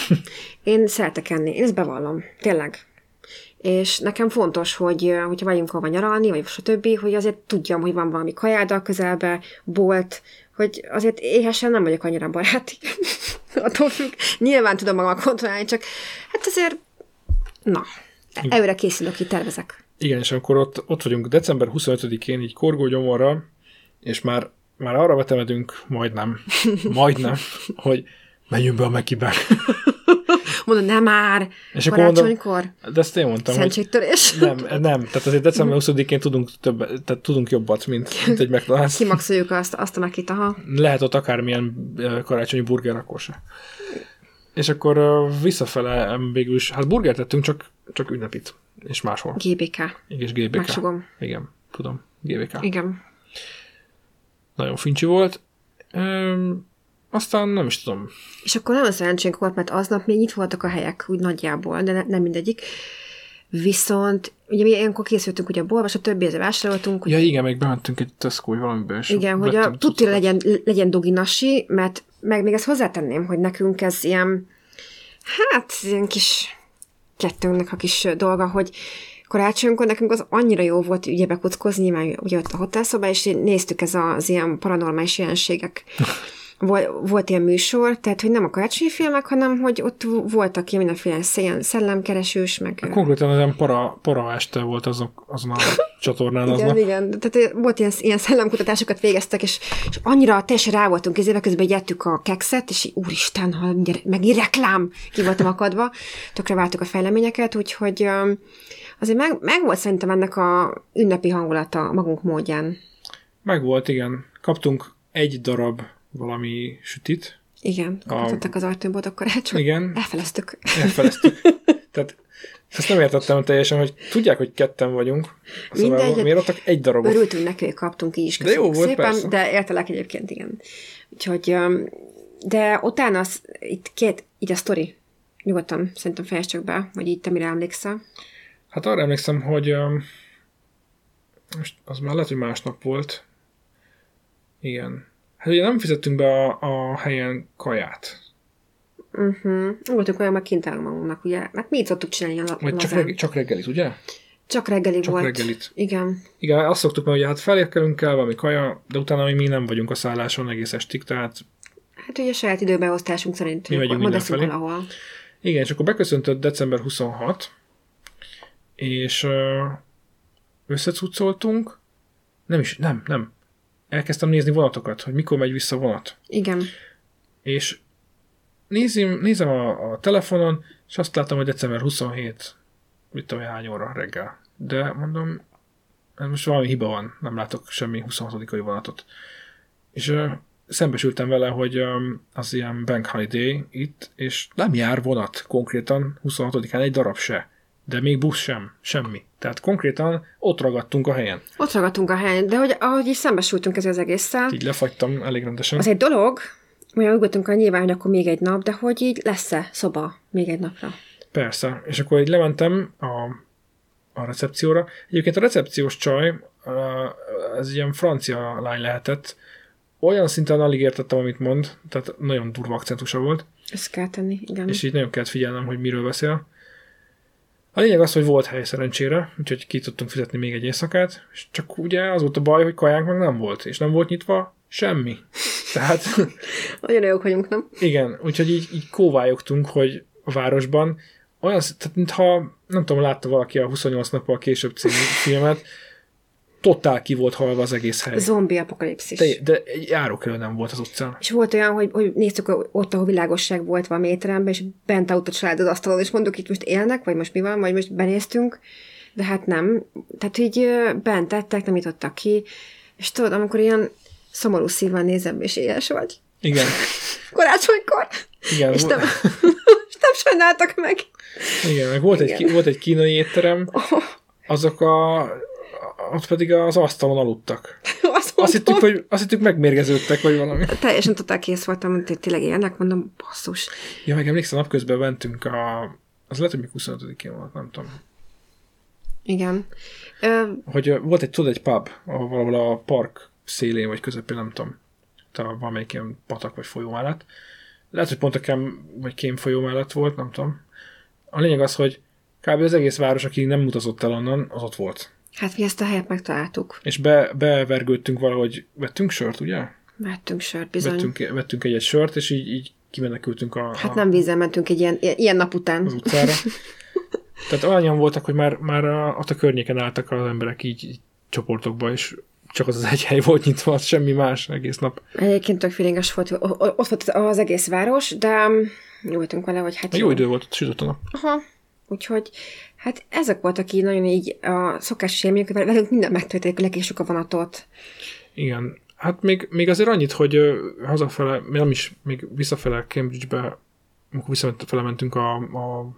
Én szeretek enni, én ezt bevallom, tényleg. És nekem fontos, hogy hogyha vagyunk hova nyaralni, vagy stb., hogy azért tudjam, hogy van valami kajáda közelbe, bolt, hogy azért éhesen nem vagyok annyira baráti. Attól függ. Nyilván tudom magam kontrollálni, csak hát azért, na, előre készülök, itt tervezek. Igen, és akkor ott, ott vagyunk december huszonötödikén, így korgógyomorra, és már, már arra vetemedünk, majdnem, majdnem, hogy menjünk be a Mekibe. Mondom, nem már, és karácsonykor. De ezt én mondtam, Szentségtörés. Nem, nem, tehát azért december huszadikén tudunk, több, tehát tudunk jobbat, mint, mint egy McDonald's. Kimaxoljuk azt, azt a Mekit, aha. Lehet ott akármilyen karácsonyi burger, akkor se. És akkor uh, visszafele végül is, hát burgert tettünk, csak, csak ünnepit. És máshol. gé bé ká. És gé bé ká. Megsugom. Igen, tudom. gé bé ká. Igen. Nagyon fincsi volt. Üm, aztán nem is tudom. És akkor nagyon szerencsénk volt, mert aznap még itt voltak a helyek, úgy nagyjából, de ne, nem mindegyik. Viszont, ugye mi ilyenkor készültünk ugye a bolva, és a többi ezzel vásároltunk. Ja igen, még bementünk egy Tesco-i valamiben. Igen, hogy a tuti legyen, legyen doginasi, mert meg még ezt hozzátenném, hogy nekünk ez ilyen, hát ilyen kis kettőnknek a kis dolga, hogy karácsonykor nekünk az annyira jó volt ugye bekockozni, nyilván ugye ott a hotelszobában, és néztük ez az ilyen paranormális jelenségek. Volt, volt ilyen műsor, tehát, hogy nem a karácsonyi filmek, hanem, hogy ott voltak ilyen mindenféle szellemkeresős, meg... Konkrétan olyan para, para este volt azok, azon a csatornán aznap. Igen, igen. Tehát volt ilyen, ilyen szellemkutatásokat végeztek, és, és annyira teljesen rá voltunk ezért, közben gyettük a kekszet, és így, úristen, ha megint reklám, ki voltam akadva, tökre váltuk a fejleményeket, úgyhogy um, azért meg, meg volt szerintem ennek a ünnepi hangulata magunk módján. Meg volt, igen. Kaptunk egy darab valami sütit. Igen, kapottak az ajtóból a karácsony. Igen. Elfeleztük. Elfeleztük. Tehát ezt nem értettem teljesen, hogy tudják, hogy ketten vagyunk. Szóval mindegy, miért adtak egy darabot? Örültünk neki, hogy kaptunk így is. De jó volt, szépen, persze. De értelek egyébként, igen. Úgyhogy, de utána az, itt két, így a sztori, nyugodtan szerintem fejezd csak be, hogy így te mire emlékszel. Hát arra emlékszem, hogy most az már lehet, hogy másnap volt. Igen. Hát ugye nem fizettünk be a, a helyen kaját. Uh-huh. Voltunk olyan, meg kint állunk magunknak, ugye? Mert mi így szoktuk csinálni a la- Vagy csak, reg- csak reggelit, ugye? Csak reggeli csak volt. reggelit. Igen. Igen, azt szoktuk, mert ugye hát felérkelünk el valami kaja, de utána mi, mi nem vagyunk a szálláson egész estig, tehát... Hát ugye saját időbeosztásunk szerint mi megyünk mindenfelé. Valahol. Igen, és akkor beköszöntött december huszonhat, és ö, összecucoltunk, nem is, nem, nem. Elkezdtem nézni vonatokat, hogy mikor megy vissza vonat. Igen. És nézem, nézem a, a telefonon, és azt látom, hogy december huszonhét, mit tudom, hány óra reggel. De mondom, most valami hiba van, nem látok semmi huszonhatodikai vonatot. És uh, szembesültem vele, hogy um, az ilyen bank holiday itt, és nem jár vonat konkrétan huszonhatodikán egy darab se. De még busz sem, semmi. Tehát konkrétan ott ragadtunk a helyen. Ott ragadtunk a helyen, de hogy, ahogy is szembesültünk ezzel az egésszel. Így lefagytam elég rendesen. Az egy dolog, Olyan úgy voltunk, hogy nyilván, hogy akkor még egy nap, de hogy így lesz-e szoba még egy napra? Persze. És akkor így lementem a, a recepcióra. Egyébként a recepciós csaj, ez ilyen francia lány lehetett. Olyan szinten alig értettem, amit mond, tehát nagyon durva akcentusa volt. Ezt kell tenni, igen. És így nagyon kellett figyelnem, hogy miről beszél. A lényeg az, hogy volt hely szerencsére, úgyhogy ki tudtunk fizetni még egy éjszakát, és csak ugye az volt a baj, hogy kajánk meg nem volt, és nem volt nyitva semmi. Tehát... Nagyon jók vagyunk, nem? Igen, úgyhogy így, így kóvályogtunk, hogy a városban olyan, tehát mintha, nem tudom, látta valaki a huszonnyolc nappal később című filmet, totál ki volt halva az egész hely. Zombi apokalipszis. De, de egy járókelő nem volt az utcán. És volt olyan, hogy, hogy néztük ott, ahol világosság volt valami étteremben, és bent állt a család az asztalon, és mondjuk, itt most élnek, vagy most mi van, vagy most benéztünk, de hát nem. Tehát így bent tettek, nem jutottak ki, és tudod, amikor ilyen szomorú szívvel nézem, és éhes vagy. Igen. Karácsonykor. Igen. És nem, és nem sajnáltak meg. Igen, meg volt, egy, volt egy kínai étterem, azok a ott pedig az asztalon aludtak. Azt, azt, hittük, hogy, azt hittük megmérgeződtek, vagy valami. Teljesen totál kész voltam, hogy tényleg élnek, mondom, basszus. Ja, meg emlékszem, napközben mentünk a... Az lehet, hogy még huszonötödikén volt, nem tudom. Igen. Ö... Hogy volt egy, tudod, egy pub, ahol valahol a park szélén, vagy közepén, nem tudom. Tehát valamelyik ilyen patak, vagy folyó mellett. Lehet, hogy pont a Kem, vagy Kém folyó mellett volt, nem tudom. A lényeg az, hogy kb. Az egész város, aki nem utazott el onnan, az ott volt. Hát mi ezt a helyet megtaláltuk. És be, bevergődtünk valahogy, vettünk sört, ugye? Vettünk sört, bizony. Vettünk, vettünk egy-egy sört, és így, így kimenekültünk a... Hát nem vízzel mentünk egy ilyen, ilyen nap után. Az utcára. Tehát annyian voltak, hogy már, már a, ott a környéken álltak az emberek így, így csoportokba, és csak az az egy hely volt nyitva, az semmi más egész nap. Egyébként tök feelinges volt, ott volt az egész város, de jó voltunk vele, hogy hát... Jó, jó idő volt, ott sütött a nap. Aha. Úgyhogy hát ezek voltak így nagyon így a szokásos élmények, hogy velünk minden megtörténik, lekésük a vonatot. Igen. Hát még, még azért annyit, hogy uh, hazafele, nem is, még visszafele Cambridge-be, amikor visszafele mentünk a, a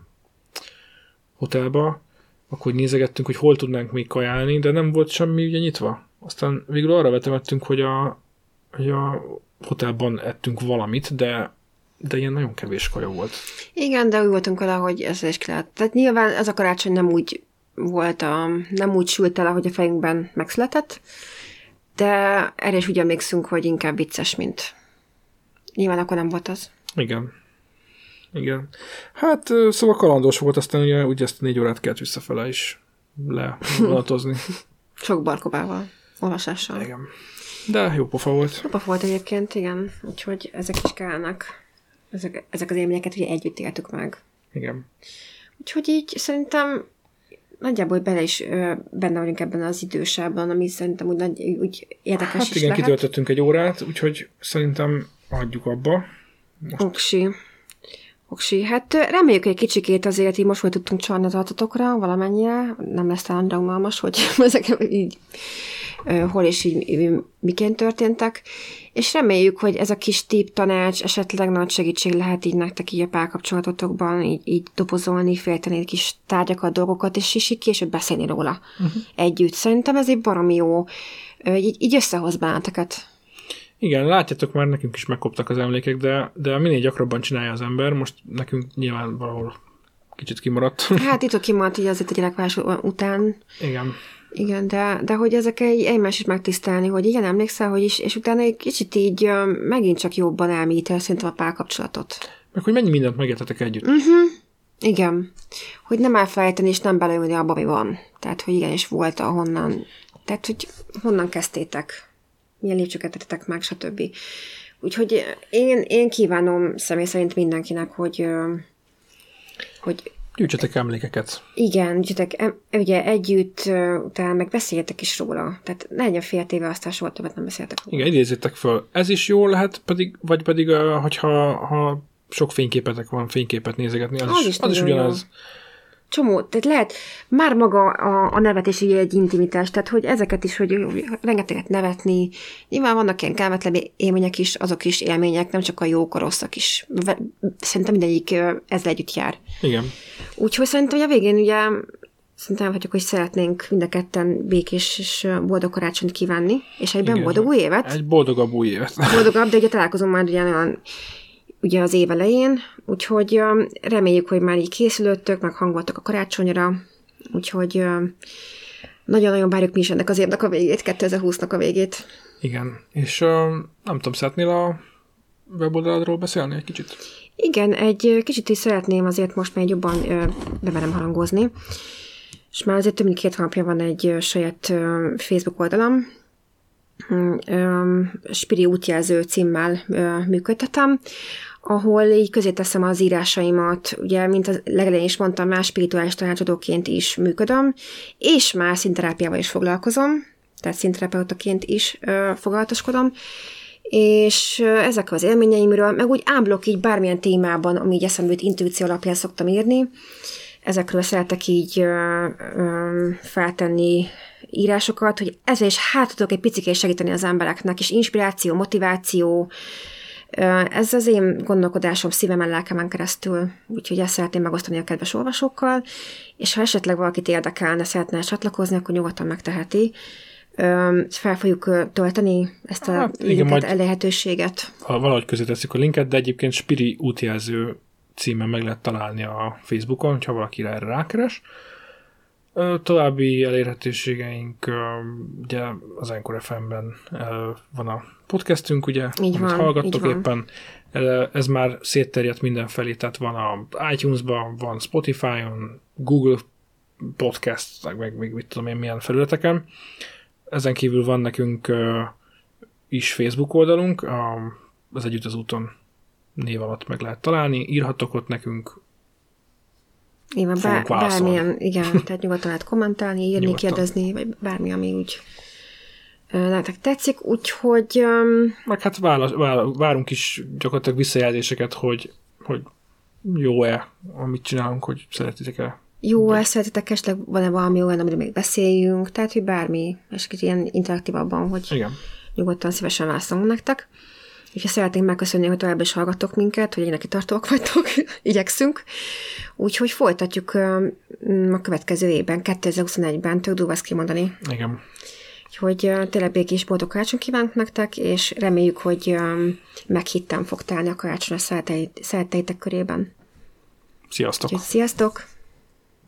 hotelba, akkor nézegettünk, hogy hol tudnánk még kajálni, de nem volt semmi ugye nyitva. Aztán végül arra vetemettünk, hogy a, hogy a hotelban ettünk valamit, de de ilyen nagyon kevés kaja volt. Igen, de úgy voltunk vele, hogy ez is ki lehet. Tehát nyilván ez a karácsony nem úgy volt, a, nem úgy sült el, ahogy a fejünkben megszületett, de erre is úgy emlékszünk, hogy inkább vicces, mint nyilván akkor nem volt az. Igen. Igen. Hát szóval kalandos volt, aztán ugye, ugye ezt a négy órát kellett visszafele is levonatozni. Sok barkobával, olvasással. Igen. De jó pofa volt. Jó pofa volt egyébként, igen. Úgyhogy ezek is kellnek. Ezek, ezek az élményeket ugye együtt éltük meg. Igen. Úgyhogy így szerintem nagyjából bele is ö, benne vagyunk ebben az idősában, ami szerintem úgy, nagy, úgy érdekes hát is igen, lehet. kitöltöttünk egy órát, úgyhogy szerintem adjuk abba. Most... Oksi. Oksi. Hát reméljük, hogy egy kicsikét azért így most majd tudtunk csalni az adatokra valamennyire. Nem lesz talán unalmas, hogy ezek így hol és így miként történtek, és reméljük, hogy ez a kis tip tanács esetleg nagy segítség lehet így nektek így a párkapcsolatotokban, így, így dobozolni, félteni kis tárgyakat, dolgokat, és is így később beszélni róla uh-huh. együtt. Szerintem ez egy baromi jó, így, így összehoz benneteket. Igen, látjátok már, nekünk is megkoptak az emlékek, de, de minél gyakrabban csinálja az ember, most nekünk nyilván valahol kicsit kimaradt. Hát itt a kimaradt, ugye azért a gyerekválás után. Igen. Igen, de, de hogy ezek egy, egymás is megtisztelni, hogy igen, emlékszel, hogy is, és utána egy kicsit így uh, megint csak jobban elmélyíti szerintem a párkapcsolatot. Meg hogy mennyi mindent megértetek együtt. Uh-huh. Igen. Hogy nem elfelejteni, és nem beleülni abba, mi van. Tehát, hogy igenis volt ahonnan. Tehát, hogy honnan kezdtétek. Milyen lépcsőket tettetek meg, stb. Úgyhogy én, én kívánom személy szerint mindenkinek, hogy uh, hogy gyűjtsetek emlékeket. Igen, gyűjtsetek ugye együtt, utána meg beszéljetek is róla. Tehát ne legyen fél téve, aztán soha többet nem beszéltek róla. Igen, idézzétek föl. Ez is jó lehet, pedig, vagy pedig, hogyha ha sok fényképetek van, fényképet nézegetni, az, az is, is, az is ugyanaz. Jó. Csomó, tehát lehet már maga a, a nevetés így egy intimitás, tehát hogy ezeket is, hogy rengeteget nevetni. Nyilván vannak ilyen kellemetlen élmények is, azok is élmények, nem csak a jók, a rosszak is. Szerintem mindegyik ezzel együtt jár. Igen. Úgyhogy szerintem, hogy a végén ugye szerintem elhagyjuk, hogy szeretnénk mind a ketten békés és boldog karácsonyt kívánni, és egyben Igen, boldog új évet. Egy boldogabb új évet. Boldogabb, de ugye találkozunk már ugye, olyan, ugye az év elején, úgyhogy reméljük, hogy már így készülöttök, meg hangoltak a karácsonyra, úgyhogy nagyon-nagyon várjuk mi is ennek az évnek a végét, kétezer-húsznak a végét. Igen, és uh, nem tudom, szeretnél a weboldaladról beszélni egy kicsit? Igen, egy kicsit is szeretném azért most már jobban ö, bemerem harangozni, és már azért több mint két hónapja van egy ö, saját ö, Facebook oldalam, ö, Spiri útjelző címmel ö, működtetem, ahol így közé teszem az írásaimat, ugye, mint a legelején is mondtam, már spirituális tanácsadóként is működöm, és már színterápiával is foglalkozom, tehát színterapeutaként is ö, foglalatoskodom, és ezek az élményeimről, meg úgy ámblok így bármilyen témában, ami így eszembe jut, intuíció alapján szoktam írni, ezekről szeretek így ö, ö, feltenni írásokat, hogy ezzel is hát tudok egy picikét segíteni az embereknek, és inspiráció, motiváció, ez az én gondolkodásom szívemen, lelkemen keresztül, úgyhogy ezt szeretném megosztani a kedves olvasókkal, és ha esetleg valakit érdekelne, szeretne csatlakozni, akkor nyugodtan megteheti. Fel fogjuk tölteni ezt a hát, linket, elérhetőséget. Valahogy közé tesszük a linket, de egyébként Spiri útjelző címen meg lehet találni a Facebookon, ha valaki erre rákeres. További elérhetőségeink, ugye az Anchor ef em-ben van a podcastünk, ugye, így amit van, hallgattok éppen. Ez már szétterjedt mindenfelé, tehát van a iTunes-ban, van Spotify-on, Google Podcast, meg még mit tudom én milyen felületeken. Ezen kívül van nekünk is Facebook oldalunk, az Együtt az úton név alatt meg lehet találni, írhatok ott nekünk. Igen, bár, bármilyen, igen, tehát nyugodtan lehet kommentálni, írni, nyugodtan kérdezni, vagy bármi, ami úgy nektek tetszik, úgyhogy... Um, meg hát vála, vála, várunk is gyakorlatilag visszajelzéseket, hogy, hogy jó-e, amit csinálunk, hogy szeretitek-e. Jó-e, szeretitek, esetleg van-e valami olyan, amiről még beszéljünk, tehát, hogy bármi, és kicsit ilyen interaktívabban, hogy igen. Nyugodtan szívesen válaszolunk nektek. És szeretnénk megköszönni, hogy tovább is hallgattok minket, hogy egynek tartóak vagytok, igyekszünk. Úgyhogy folytatjuk a következő évben, kétezer-huszonegyben, tök durva ezt kimondani. Igen. Úgyhogy tényleg békés boldog karácsonyt kívánunk nektek, és reméljük, hogy meghittem fog telni a karácsony a szeretteitek körében. Sziasztok! Úgyhogy sziasztok!